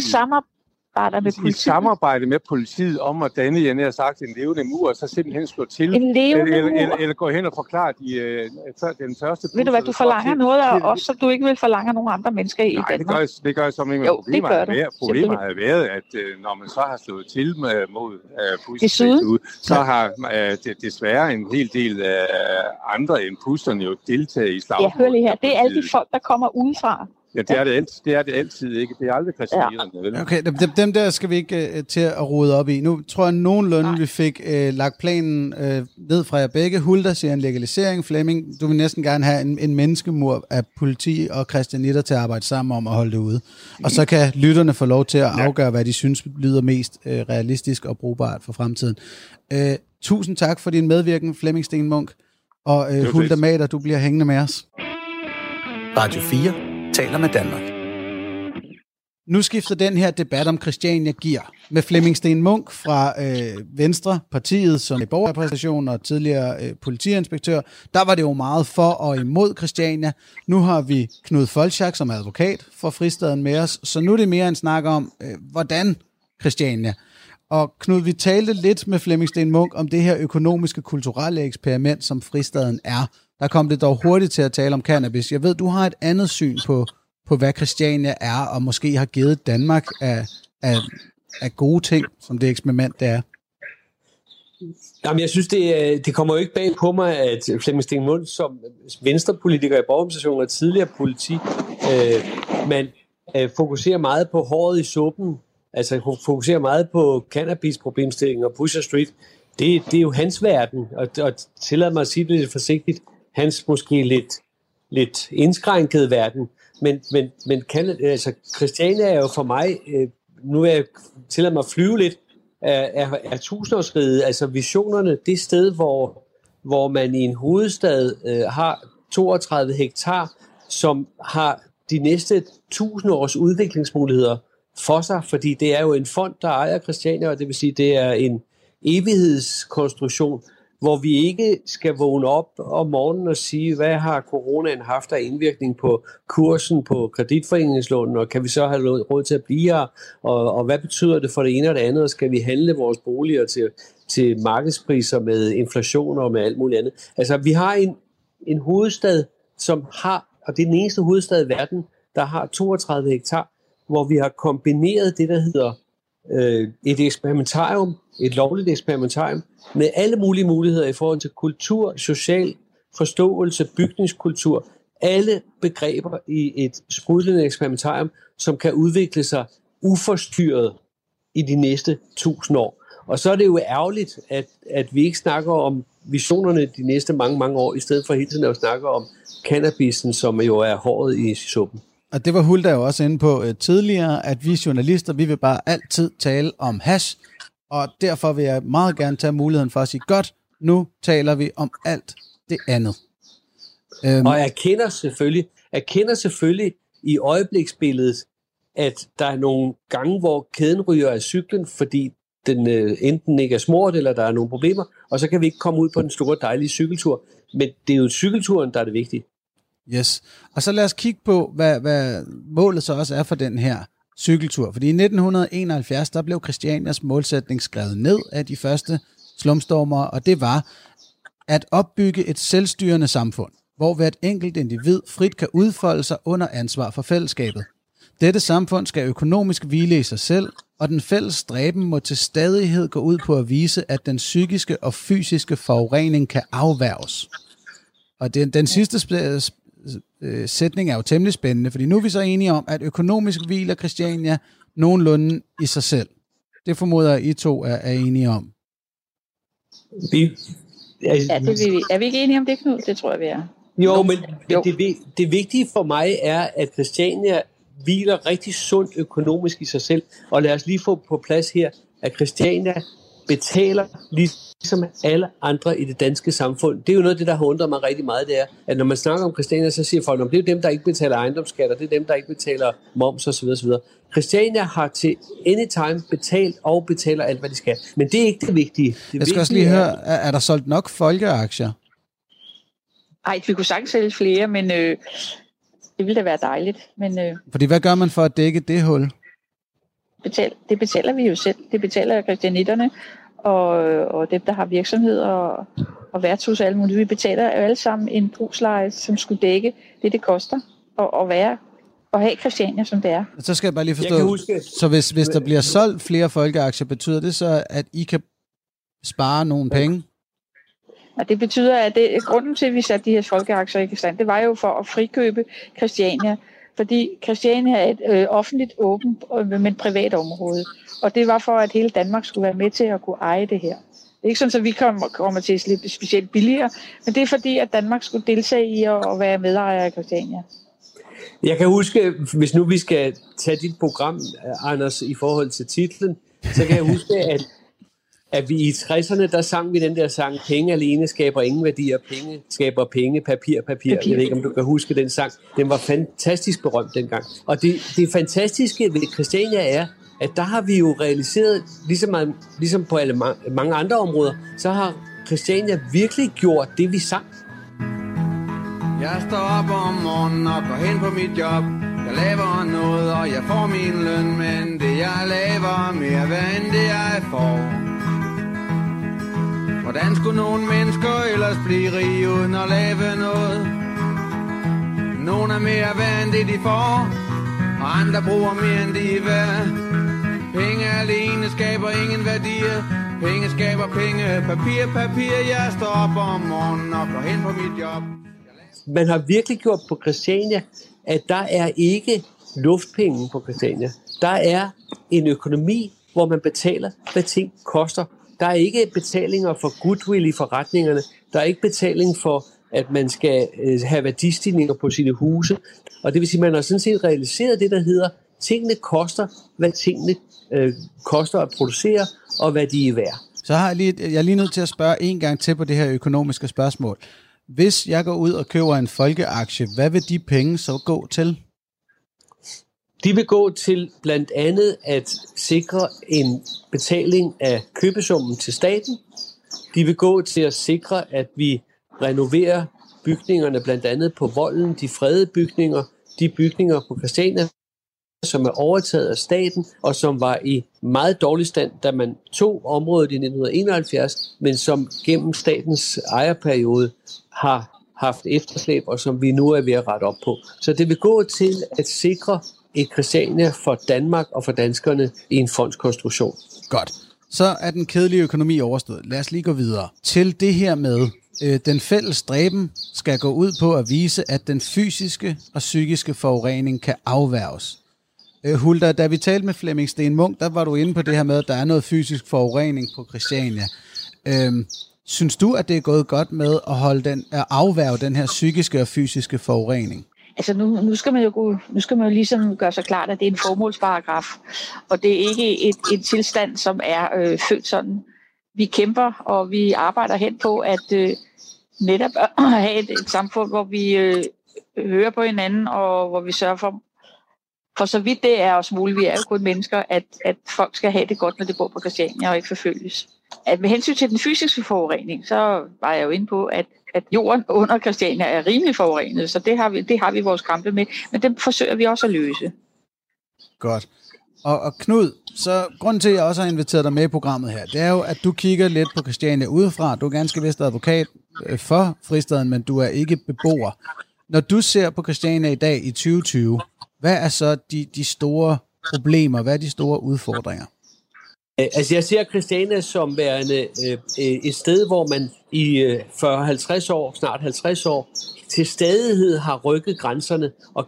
samarbejde med politiet om at danne, jeg har sagt, en levende mur, og så simpelthen slå til. Eller gå hen og forklare den første... Ved du hvad, du forlanger noget af os, så du ikke vil forlange nogle andre mennesker i Danmark? Nej, det gør jeg som ikke. Problemet har været, at når man så har slået til mod pusherne, så har desværre en hel del andre end pusherne jo deltaget i slagsmål. Ja, hør lige her. Det er alle de folk, der kommer udefra. Ja, det er det altid ikke. Det er aldrig christianerne. Ja. Okay, dem der skal vi ikke til at rode op i. Nu tror jeg nogenlunde, vi fik lagt planen ned fra jer begge. Hulda siger en legalisering. Flemming, du vil næsten gerne have en menneskemur af politi og christianitter til at arbejde sammen om at holde det ude. Og så kan lytterne få lov til at afgøre, hvad de synes lyder mest realistisk og brugbart for fremtiden. Tusind tak for din medvirken, Flemming Steen Munk. Og Hulda Mader, du bliver hængende med os. Radio 4 taler med Danmark. Nu skifter den her debat om Christiania gear. Med Flemming Steen Munk fra Venstre, partiet som er borgerrepræsentation og tidligere politiinspektør. Der var det jo meget for og imod Christiania. Nu har vi Knud Folchak som advokat for Fristaden med os. Så nu er det mere en snak om, hvordan Christiania. Og Knud, vi talte lidt med Flemming Steen Munk om det her økonomiske, kulturelle eksperiment, som Fristaden er. Der kom det dog hurtigt til at tale om cannabis. Jeg ved, du har et andet syn på hvad Christiania er, og måske har givet Danmark af gode ting, som det eksperiment, det er. Jamen, jeg synes, det kommer jo ikke bag på mig, at Flemming Steen Munk som venstrepolitiker i borgerrepræsentationen og tidligere politi, man fokuserer meget på håret i suppen, altså fokuserer meget på cannabis-problemstillinger og Pusher Street. Det er jo hans verden, og tillad mig at sige det lidt forsigtigt, hans måske lidt indskrænkede verden, men Christiania er jo for mig, nu vil jeg tillade mig at flyve lidt, er tusindårsriget, altså visionerne, det sted, hvor man i en hovedstad har 32 hektar, som har de næste 1000 års udviklingsmuligheder for sig, fordi det er jo en fond, der ejer Christiania, og det vil sige, det er en evighedskonstruktion, hvor vi ikke skal vågne op om morgenen og sige, hvad har coronaen haft af indvirkning på kursen på kreditforeningslånen, og kan vi så have råd til at blive her, og hvad betyder det for det ene og det andet, og skal vi handle vores boliger til markedspriser med inflation og med alt muligt andet. Altså, vi har en hovedstad, som har, og det er den eneste hovedstad i verden, der har 32 hektar, hvor vi har kombineret det, der hedder et eksperimentarium, et lovligt eksperimentarium, med alle mulige muligheder i forhold til kultur, social forståelse, bygningskultur, alle begreber i et sprudlende eksperimentarium, som kan udvikle sig uforstyrret i de næste 1000 år. Og så er det jo ærgerligt, at vi ikke snakker om visionerne de næste mange, mange år, i stedet for hele tiden at snakke om cannabisen, som jo er håret i suppen. Og det var Hulda jo også inde på tidligere, at vi journalister, vi vil bare altid tale om hash, og derfor vil jeg meget gerne tage muligheden for at sige, godt, nu taler vi om alt det andet. Og erkender selvfølgelig i øjebliksbilledet, at der er nogle gange, hvor kæden ryger af cyklen, fordi den enten ikke er smurt, eller der er nogle problemer, og så kan vi ikke komme ud på den store dejlige cykeltur. Men det er jo cykelturen, der er det vigtige. Yes. Og så lad os kigge på, hvad målet så også er for den her cykeltur. Fordi i 1971, der blev Christianias målsætning skrevet ned af de første slumstormere, og det var at opbygge et selvstyrende samfund, hvor hvert enkelt individ frit kan udfolde sig under ansvar for fællesskabet. Dette samfund skal økonomisk hvile i sig selv, og den fælles stræben må til stadighed gå ud på at vise, at den psykiske og fysiske forurening kan afværges. Og den sidste sætning er jo temmelig spændende, fordi nu er vi så enige om, at økonomisk hviler Christiania nogenlunde i sig selv. Det formoder jeg, I to er enige om. Er vi ikke enige om det, Knud? Det tror jeg, vi er. Jo, men det vigtige for mig er, at Christiania hviler rigtig sundt økonomisk i sig selv. Og lad os lige få på plads her, at Christiania betaler ligesom alle andre i det danske samfund. Det er jo noget af det, der har undret mig rigtig meget, det er, at når man snakker om Christiania, så siger folk, at det er dem, der ikke betaler ejendomsskatter, det er dem, der ikke betaler moms osv. osv. Christiania har til anytime betalt og betaler alt, hvad de skal. Men det er ikke det vigtige. Jeg skal også lige høre, er der solgt nok folkeaktier? Ej, vi kunne sagtens sælge flere, men det ville da være dejligt. Men, fordi hvad gør man for at dække det hul? Det betaler vi jo selv. Det betaler christianitterne og dem, der har virksomheder og værtshus og alle mulige. Vi betaler jo alle sammen en brugsleje, som skulle dække det koster at have Christiania, som det er. Så skal jeg bare lige forstå, så hvis der bliver solgt flere folkeaktier, betyder det så, at I kan spare nogle penge? Og det betyder, at grunden til, at vi satte de her folkeaktier i stand, det var jo for at frikøbe Christiania, fordi Christiania er et offentligt åbent, men et privat område. Og det var for, at hele Danmark skulle være med til at kunne eje det her. Det er ikke sådan, at vi kommer til at slippe specielt billigere, men det er fordi, at Danmark skulle deltage i at være medejer af Christiania. Jeg kan huske, hvis nu vi skal tage dit program, Anders, i forhold til titlen, så kan jeg huske, at vi i 60'erne, der sang vi den der sang, penge alene skaber ingen værdier, penge skaber penge, papir. Jeg ved ikke, om du kan huske den sang. Den var fantastisk berømt dengang. Og det fantastiske ved Christiania er, at der har vi jo realiseret, ligesom på mange andre områder, så har Christiania virkelig gjort det, vi sang. Jeg står op om morgenen og går hen på mit job. Jeg laver noget, og jeg får min løn, men det jeg laver mere værd end det jeg får. Hvordan skulle nogle mennesker ellers blive rige uden at lave noget? Nogle er mere værd end det de får, og andre bruger mere end de er værd. Penge alene skaber ingen værdier. Penge skaber penge, papir. Jeg står op om morgenen og går hen på mit job. Man har virkelig gjort på Christiania, at der er ikke luftpenge på Christiania. Der er en økonomi, hvor man betaler, hvad ting koster. Der er ikke betalinger for goodwill i forretningerne. Der er ikke betaling for, at man skal have værdistigninger på sine huse. Og det vil sige, at man har sådan set realiseret det, der hedder, tingene koster, hvad tingene koster at producere, og hvad de er værd. Så har jeg er lige nødt til at spørge en gang til på det her økonomiske spørgsmål. Hvis jeg går ud og køber en folkeaktie, hvad vil de penge så gå til? De vil gå til blandt andet at sikre en betaling af købesummen til staten. De vil gå til at sikre, at vi renoverer bygningerne, blandt andet på Volden, de fredede bygninger, de bygninger på Christiania, som er overtaget af staten, og som var i meget dårlig stand, da man tog området i 1971, men som gennem statens ejerperiode har haft efterslæb, og som vi nu er ved at rette op på. Så det vil gå til at sikre et Christiania for Danmark og for danskerne i en fondskonstruktion. Godt. Så er den kedelige økonomi overstået. Lad os lige gå videre til det her med, den fælles stræben skal gå ud på at vise, at den fysiske og psykiske forurening kan afværges. Hulda, da vi talte med Flemming Steen Munk, der var du inde på det her med, at der er noget fysisk forurening på Christiania. Synes du, at det er gået godt med at afværge den her psykiske og fysiske forurening? Altså nu skal man jo ligesom gøre sig klart, at det er en formålsparagraf, og det er ikke en tilstand, som er født sådan. Vi kæmper, og vi arbejder hen på at netop have et samfund, hvor vi hører på hinanden, og hvor vi sørger for så vidt det er os muligt, vi er jo kun mennesker, at folk skal have det godt, når de bor på Christiania og ikke forfølges. At med hensyn til den fysiske forurening, så var jeg jo inde på, at jorden under Christiania er rimelig forurenet, så det har vi vores kampe med, men det forsøger vi også at løse. Godt. Og Knud, så grunden til, at jeg også har inviteret dig med i programmet her, det er jo, at du kigger lidt på Christiania udefra. Du er ganske vist advokat for fristaden, men du er ikke beboer. Når du ser på Christiania i dag i 2020, hvad er så de store problemer? Hvad er de store udfordringer? Altså jeg ser Christiania som værende et sted, hvor man i 40-50 år, snart 50 år, til stadighed har rykket grænserne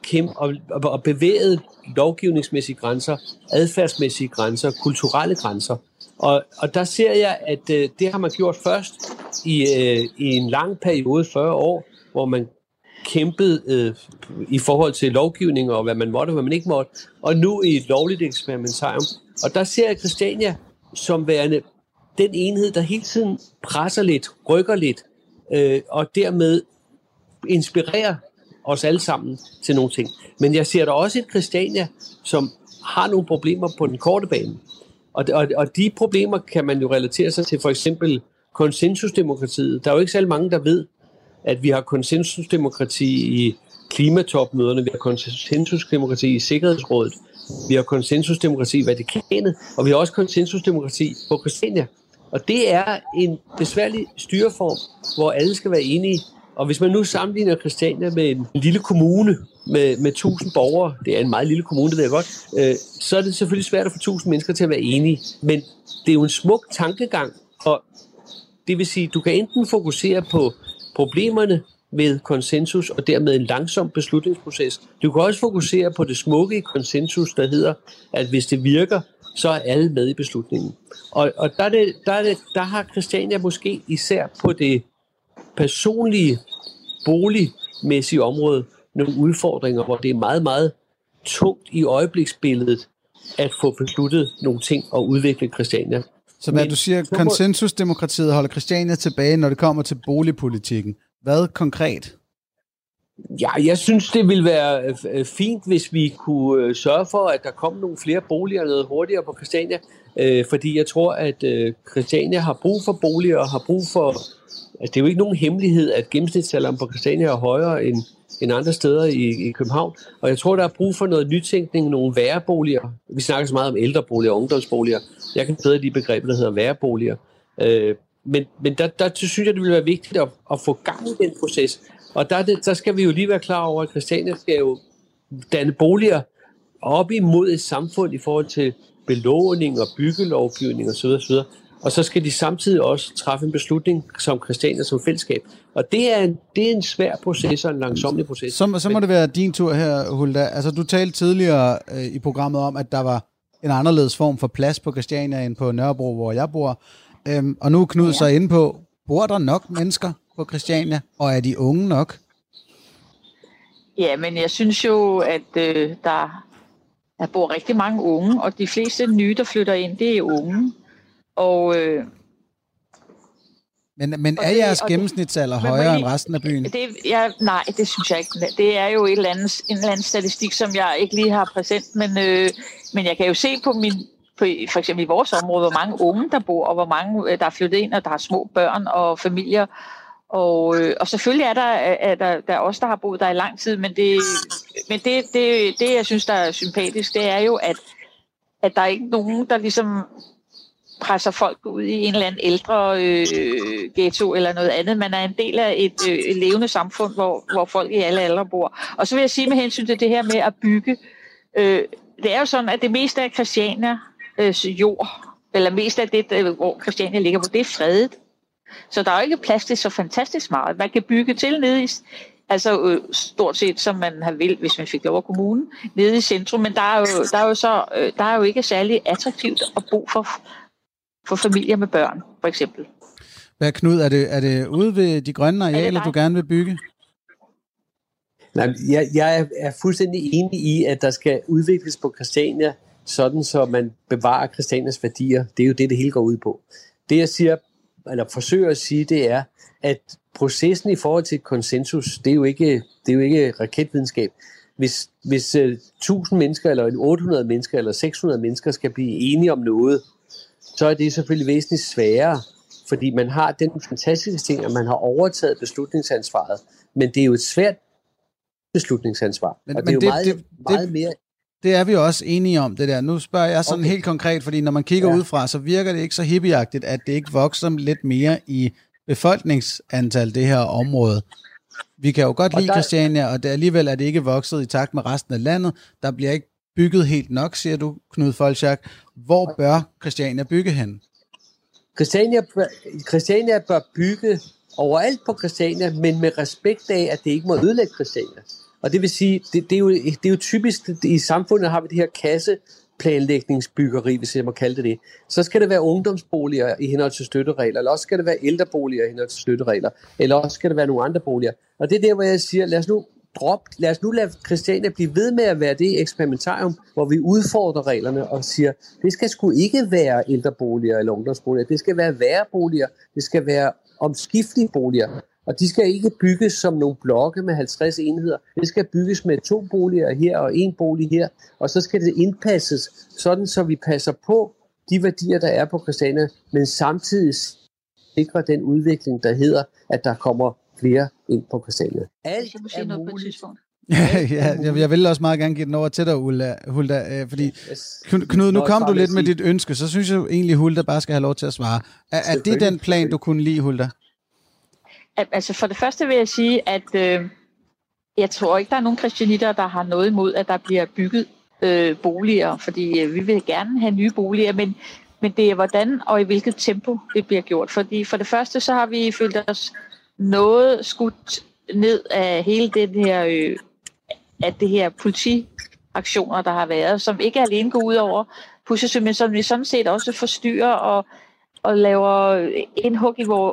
og bevæget lovgivningsmæssige grænser, adfærdsmæssige grænser, kulturelle grænser. Og der ser jeg, at det har man gjort først i en lang periode, 40 år, hvor man kæmpede i forhold til lovgivning og hvad man måtte og hvad man ikke måtte, og nu i et lovligt eksperimentarium. Og der ser jeg Christiania som værende den enhed, der hele tiden presser lidt, rykker lidt, og dermed inspirerer os alle sammen til nogle ting. Men jeg ser der også et Christiania, som har nogle problemer på den korte bane. Og de problemer kan man jo relatere sig til for eksempel konsensusdemokratiet. Der er jo ikke særlig mange, der ved, at vi har konsensusdemokrati i klimatopmøderne, vi har konsensusdemokrati i Sikkerhedsrådet, vi har konsensusdemokrati i Vatikanet, og vi har også konsensusdemokrati på Christiania. Og det er en besværlig styreform, hvor alle skal være enige. Og hvis man nu sammenligner Christiania med en lille kommune med 1000 borgere, det er en meget lille kommune, det ved jeg godt, så er det selvfølgelig svært at få 1000 mennesker til at være enige. Men det er jo en smuk tankegang, og det vil sige, at du kan enten fokusere på problemerne med konsensus og dermed en langsom beslutningsproces. Du kan også fokusere på det smukke i konsensus, der hedder, at hvis det virker, så er alle med i beslutningen. Og der har Christiania måske især på det personlige, boligmæssige område nogle udfordringer, hvor det er meget, meget tungt i øjebliksbilledet at få besluttet nogle ting og udvikle Christiania. Så hvad du siger, konsensusdemokratiet holder Christiania tilbage, når det kommer til boligpolitikken. Hvad konkret? Ja, jeg synes, det ville være fint, hvis vi kunne sørge for, at der kom nogle flere boliger noget hurtigere på Christiania. Fordi jeg tror, at Christiania har brug for boliger og har brug for... Altså, det er jo ikke nogen hemmelighed, at gennemsnitsalderen på Christiania er højere end andre steder i København. Og jeg tror, der er brug for noget nytænkning, nogle væreboliger. Vi snakker så meget om ældreboliger og ungdomsboliger. Jeg kan bedre de begreber, der hedder væreboliger. Men der synes jeg, det vil være vigtigt at få gang i den proces. Og der skal vi jo lige være klar over, at Christiania skal jo danne boliger op imod et samfund i forhold til belåning og byggelovgivning osv. Og så skal de samtidig også træffe en beslutning som Christiania som fællesskab. Og det er en svær proces og en langsomlig proces. Så må det være din tur her, Hulda. Altså, du talte tidligere i programmet om, at der var en anderledes form for plads på Christiania end på Nørrebro, hvor jeg bor. Og nu er Knud så inde på, bor der nok mennesker på Christiania, og er de unge nok? Ja, men jeg synes jo, at der bor rigtig mange unge, og de fleste nye, der flytter ind, det er unge. Men er jeres gennemsnitsalder højere end resten af byen? Nej, det synes jeg ikke. Det er jo en eller anden statistik, som jeg ikke lige har præsent, men jeg kan jo se på for eksempel i vores område, hvor mange unge der bor, og hvor mange der er flyttet ind, og der har små børn og familier. Og selvfølgelig er der også, der har boet der i lang tid, men det jeg synes, der er sympatisk, det er jo, at der er ikke nogen, der ligesom presser folk ud i en eller anden ældre ghetto eller noget andet. Man er en del af et levende samfund, hvor folk i alle aldre bor. Og så vil jeg sige med hensyn til det her med at bygge, det er jo sådan, at det meste af Christianias jord, eller mest af det, hvor Christiania ligger på, det er fredet. Så der er jo ikke plads til så fantastisk meget. Man kan bygge til nede i, altså stort set som man har vil, hvis man fik lov af kommunen, nede i centrum, men der er jo ikke særlig attraktivt at bo for familier med børn, for eksempel. Hvad, Knud, er det ude ved de grønne arealer, du gerne vil bygge? Nej, jeg er fuldstændig enig i, at der skal udvikles på Christiania, sådan så man bevarer Christianias værdier. Det er jo det hele går ud på. Det jeg siger, eller forsøger at sige, det er, at processen i forhold til konsensus, det er jo ikke raketvidenskab. Hvis 1000 mennesker, eller 800 mennesker, eller 600 mennesker skal blive enige om noget, så er det selvfølgelig væsentligt sværere, fordi man har den fantastiske ting, at man har overtaget beslutningsansvaret, men det er jo et svært beslutningsansvar, og det er jo meget mere... Det er vi også enige om, det der. Nu spørger jeg sådan helt konkret, fordi når man kigger udefra, så virker det ikke så hippieagtigt, at det ikke vokser lidt mere i befolkningsantal, det her område. Vi kan jo godt lide Christiania, og alligevel er det ikke vokset i takt med resten af landet. Der bliver ikke bygget helt nok, siger du, Knud Folchak. Hvor bør Christiania bygge hen? Christiania bør bygge overalt på Christiania, men med respekt af, at det ikke må ødelægge Christiania. Og det vil sige, det er jo typisk, i samfundet har vi det her kasseplanlægningsbyggeri, hvis jeg må kalde det. Så skal det være ungdomsboliger i henhold til støtteregler, eller også skal det være ældreboliger i henhold til støtteregler, eller også skal det være nogle andre boliger. Og det er der, hvor jeg siger, lad os nu lade Christiania blive ved med at være det eksperimentarium, hvor vi udfordrer reglerne og siger, det skal sgu ikke være ældreboliger eller ungdomsboliger, det skal være væreboliger, det skal være omskiftelige boliger. Og de skal ikke bygges som nogle blokke med 50 enheder. Det skal bygges med 2 boliger her og 1 bolig her. Og så skal det indpasses, sådan så vi passer på de værdier, der er på Christiania, men samtidig sikrer den udvikling, der hedder, at der kommer flere ind på Christiania. Alt er muligt. Jeg vil også meget gerne give den over til dig, Hulda, fordi Knud, nu kom du lidt med dit ønske, så synes jeg egentlig, Hulda bare skal have lov til at svare. Er det den plan, du kunne lide, Hulda? Altså for det første vil jeg sige, at jeg tror ikke, der er nogen christianitter, der har noget imod, at der bliver bygget boliger, fordi vi vil gerne have nye boliger, men det er hvordan og i hvilket tempo det bliver gjort. Fordi for det første, så har vi følt os noget skudt ned af hele den her, af det her politiaktioner, der har været, som ikke alene går ud over pushesyn, men som vi sådan set også forstyrrer og laver indhug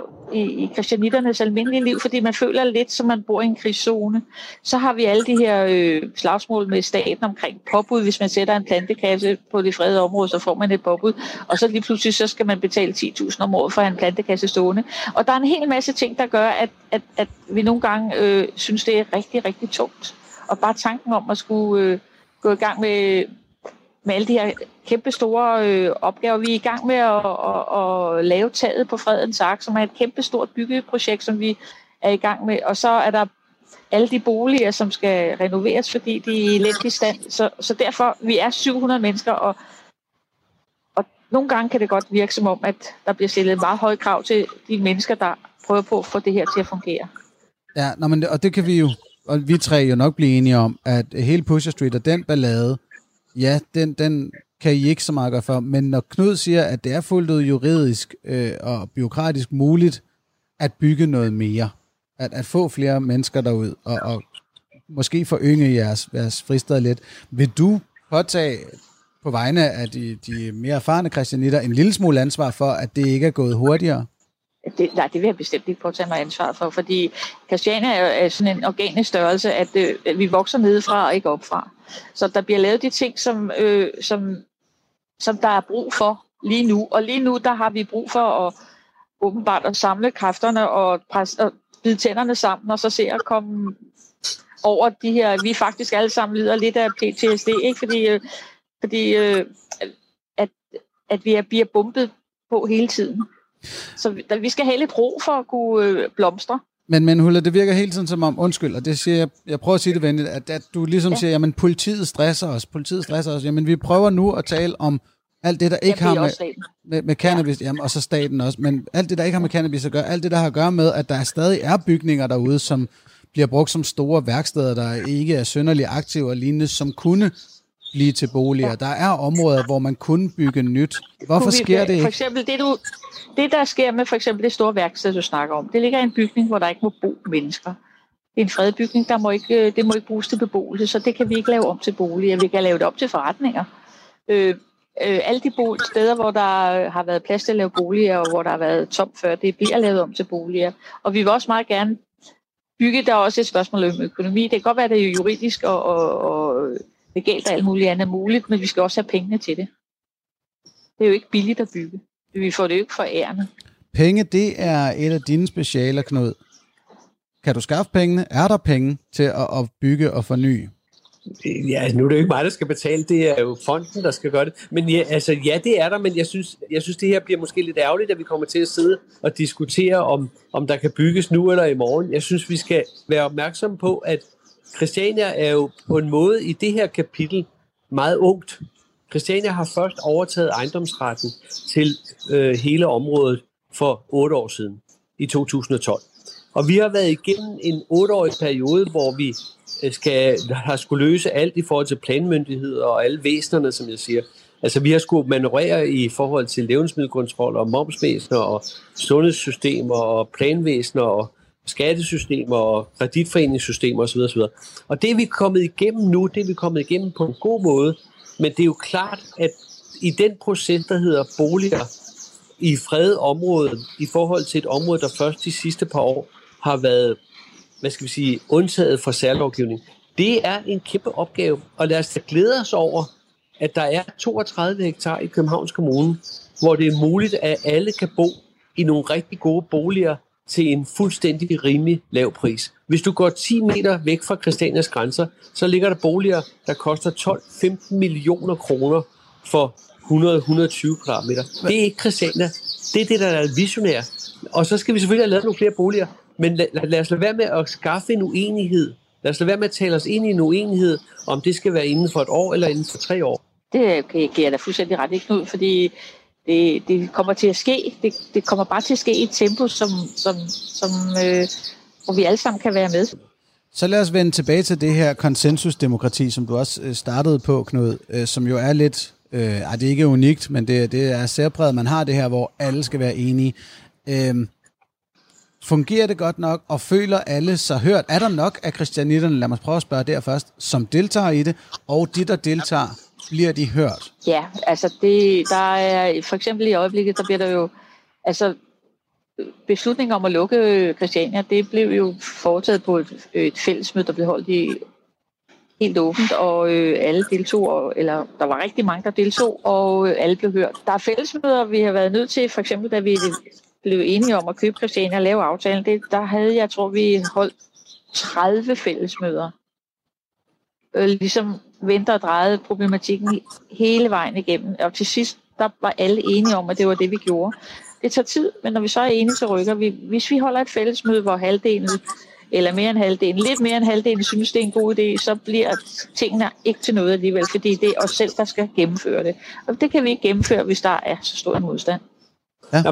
i christianitternes almindelige liv, fordi man føler lidt, som man bor i en krigszone. Så har vi alle de her slagsmål med staten omkring påbud. Hvis man sætter en plantekasse på det fredede område, så får man et påbud, og så lige pludselig så skal man betale 10.000 om året for at have en plantekasse stående. Og der er en hel masse ting, der gør, at vi nogle gange synes, det er rigtig, rigtig tungt. Og bare tanken om at skulle gå i gang med alle de her kæmpe store opgaver. Vi er i gang med at lave taget på Fredens Ark, som er et kæmpe stort byggeprojekt, som vi er i gang med. Og så er der alle de boliger, som skal renoveres, fordi de er i elendig stand. Så derfor, vi er 700 mennesker, og nogle gange kan det godt virke som om, at der bliver stillet meget høje krav til de mennesker, der prøver på at få det her til at fungere. Ja, og det kan vi jo, og vi tre jo nok blive enige om, at hele Pusher Street og den ballade, ja, den kan I ikke så meget gøre for, men når Knud siger, at det er fuldt ud juridisk og byråkratisk muligt at bygge noget mere, at få flere mennesker derud, og måske forynge jeres fristed lidt, vil du påtage på vegne af de mere erfarne christianitter en lille smule ansvar for, at det ikke er gået hurtigere? Nej, det vil jeg bestemt ikke påtage mig ansvar for, fordi Christiania er sådan en organisk størrelse, at vi vokser nedefra og ikke opfra. Så der bliver lavet de ting, som der er brug for lige nu. Og lige nu, der har vi brug for at åbenbart at samle kræfterne og bide tænderne sammen, og så se at komme over de her. Vi faktisk alle sammen lider lidt af PTSD, ikke? Fordi at vi bliver bombet på hele tiden. Så vi skal have lidt ro for at kunne blomstre. Men Hulda, det virker hele tiden som om, undskyld, og det siger jeg prøver at sige det venligt, at du ligesom siger, jamen politiet stresser os, jamen vi prøver nu at tale om alt det, der ikke har med cannabis, jamen, og så staten også, men alt det, der ikke har med cannabis at gøre, alt det, der har at gøre med, at der stadig er bygninger derude, som bliver brugt som store værksteder, der ikke er synderligt aktive og lignende, som kunne blive til boliger. Ja. Der er områder, hvor man kunne bygge nyt. Hvorfor sker det ikke? For eksempel det der sker med for eksempel det store værksted, du snakker om, det ligger i en bygning, hvor der ikke må bo mennesker. Det er en fredet bygning, det må ikke bruges til beboelse, så det kan vi ikke lave om til boliger. Vi kan lave det op til forretninger. Alle de steder, hvor der har været plads til at lave boliger, og hvor der har været tomt før, det bliver lavet om til boliger. Og vi vil også meget gerne bygge, der er også et spørgsmål om økonomi. Det kan godt være, det er juridisk og legalt og alt muligt andet muligt, men vi skal også have pengene til det. Det er jo ikke billigt at bygge. Vi får det jo ikke for ærende. Penge, det er et af dine specialer, Knud. Kan du skaffe pengene? Er der penge til at bygge og forny? Ja, nu er det jo ikke mig, der skal betale. Det er jo fonden, der skal gøre det. Men ja, det er der, men jeg synes, det her bliver måske lidt ærgerligt, at vi kommer til at sidde og diskutere, om der kan bygges nu eller i morgen. Jeg synes, vi skal være opmærksomme på, at Christiania er jo på en måde i det her kapitel meget ungt. Christiania har først overtaget ejendomsretten til hele området for 8 år siden, i 2012. Og vi har været igennem en 8-årig periode, hvor vi har skulle løse alt i forhold til planmyndigheder og alle væsenerne, som jeg siger. Altså vi har skulle manøvrere i forhold til levnedsmiddelkontrol og momsvæsener og sundhedssystemer og planvæsener og skattesystemer og kreditforeningssystemer osv. osv. Og det er vi kommet igennem nu, det er vi kommet igennem på en god måde, men det er jo klart, at i den proces, der hedder boliger i fredet område, i forhold til et område, der først de sidste par år har været, undtaget fra særlovgivning, det er en kæmpe opgave, og lad os da glæde os over, at der er 32 hektar i Københavns Kommune, hvor det er muligt, at alle kan bo i nogle rigtig gode boliger til en fuldstændig rimelig lav pris. Hvis du går 10 meter væk fra Christianias grænser, så ligger der boliger, der koster 12-15 millioner kroner for 100-120 kvadratmeter. Det er ikke Christiania. Det er det, der er visionær. Og så skal vi selvfølgelig have lavet nogle flere boliger, men lad os lade være med at skaffe en uenighed. Lad os lade være med at tale os ind i en uenighed, om det skal være inden for et år eller inden for 3 år. Det giver jeg da fuldstændig ret, ikke, Knud, fordi det kommer til at ske. Det kommer bare til at ske i et tempo, hvor vi alle sammen kan være med. Så lad os vende tilbage til det her konsensusdemokrati, som du også startede på, Knud, som jo er lidt, det er ikke unikt, men det er særpræget, man har det her, hvor alle skal være enige. Fungerer det godt nok, og føler alle sig hørt? Er der nok af christianitterne, lad mig prøve at spørge der først, som deltager i det, og de, der deltager, bliver de hørt? Ja, altså der er for eksempel i øjeblikket, der bliver der jo, altså beslutningen om at lukke Christiania, det blev jo foretaget på et fællesmøde, der blev holdt helt åbent, og alle deltog, eller der var rigtig mange, der deltog, og alle blev hørt. Der er fællesmøder, vi har været nødt til, for eksempel da vi blev enige om at købe Christiania og lave aftalen, der havde jeg tror vi holdt 30 fællesmøder. Ligesom venter og drejede problematikken hele vejen igennem, og til sidst, der var alle enige om, at det var det, vi gjorde. Det tager tid, men når vi så er enige, så rykker vi. Hvis vi holder et fællesmøde, hvor halvdelen, eller mere end halvdelen, lidt mere end halvdelen, synes, det er en god idé, så bliver tingene ikke til noget alligevel, fordi det er os selv, der skal gennemføre det. Og det kan vi ikke gennemføre, hvis der er så stor en modstand. Ja.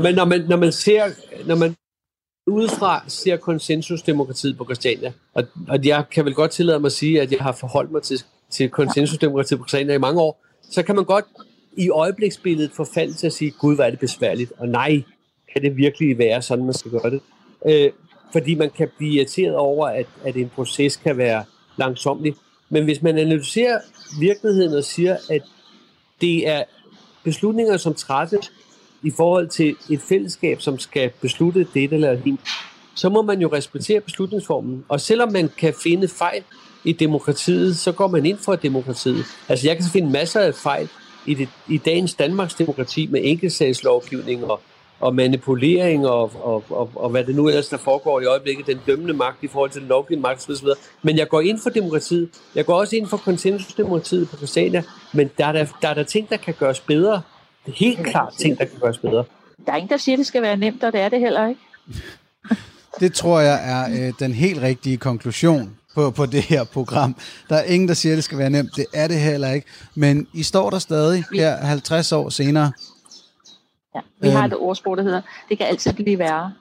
Når man udefra ser konsensusdemokratiet på Christiania, og jeg kan vel godt tillade mig at sige, at jeg har forholdt mig til konsensusdemokratiet på Christiania i mange år, så kan man godt i øjebliksbilledet forfalde til at sige, gud, hvor er det besværligt, og nej, kan det virkelig være sådan, man skal gøre det? Fordi man kan blive irriteret over, at en proces kan være langsomlig. Men hvis man analyserer virkeligheden og siger, at det er beslutninger, som træffes i forhold til et fællesskab, som skal beslutte det eller det, så må man jo respektere beslutningsformen. Og selvom man kan finde fejl i demokratiet, så går man ind for demokratiet. Altså jeg kan så finde masser af fejl i dagens Danmarks demokrati med enkeltsagslovgivning og manipulering og hvad det nu ellers der foregår i øjeblikket, den dømmende magt i forhold til den lovgivende magt osv. Men jeg går ind for demokratiet. Jeg går også ind for konsensusdemokratiet på Christiania, men der er ting, der kan gøres bedre. Det er helt klart ting, der kan gøres bedre. Der er ingen, der siger, at det skal være nemt, og det er det heller ikke. Det tror jeg er den helt rigtige konklusion på det her program. Der er ingen, der siger, at det skal være nemt. Det er det heller ikke. Men I står der stadig her 50 år senere. Ja, vi har et ordsprog, der hedder, det kan altid blive værre.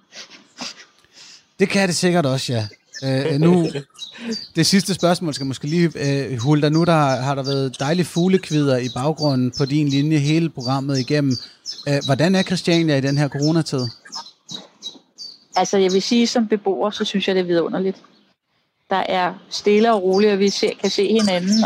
Det kan det sikkert også, ja. Nu, det sidste spørgsmål skal måske lige Hulda. Nu har der været dejlige fuglekvidder i baggrunden på din linje hele programmet igennem. Hvordan er Christiania i den her coronatid? Altså jeg vil sige, som beboer, så synes jeg, det er vidunderligt. Der er stille og roligt, og vi kan se hinanden,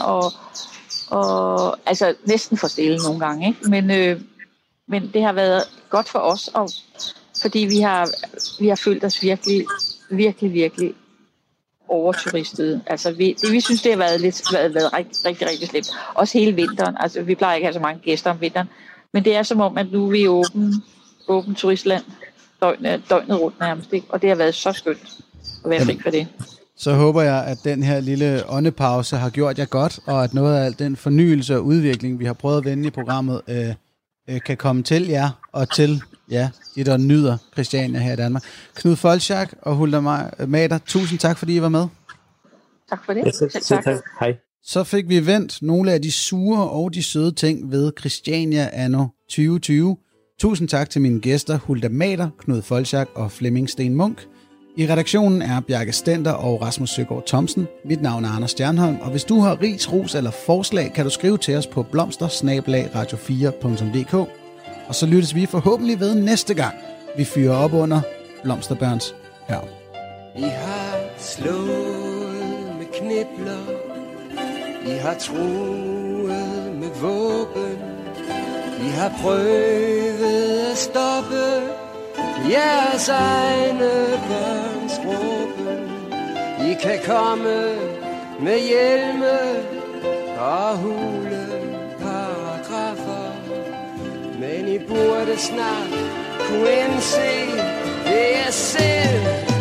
og altså næsten for stille nogle gange, ikke? Men det har været godt for os, og fordi vi har følt os virkelig, virkelig, virkelig overturistet. Altså vi synes, det har været rigtig, rigtig, rigtig slemt. Også hele vinteren. Altså vi plejer ikke at have så mange gæster om vinteren, men det er som om, at nu er vi åben turistland døgnet rundt nærmest, ikke? Og det har været så skønt at være fri for det. Så håber jeg, at den her lille åndepause har gjort jer godt, og at noget af al den fornyelse og udvikling, vi har prøvet at vende i programmet, kan komme til jer og til de, der nyder Christiania her i Danmark. Knud Folczak og Hulda Mader, tusind tak, fordi I var med. Tak for det. Tak. Hej. Så fik vi vendt nogle af de sure og de søde ting ved Christiania anno 2020. Tusind tak til mine gæster, Hulda Mader, Knud Folczak og Flemming Steen Munk. I redaktionen er Bjarke Stender og Rasmus Søgaard Thomsen. Mit navn er Anders Stjernholm, og hvis du har ris, ros eller forslag, kan du skrive til os på blomster@radio4.dk. Og så lyttes vi forhåbentlig ved næste gang, vi fyrer op under Blomsterbørns hørm. I har slået med knibler, I har truet med våben, I har prøvet at stoppe jeres egne børns råben. I kan komme med hjelme og hule paragrafer, men I burde snart kunne indse det er selv.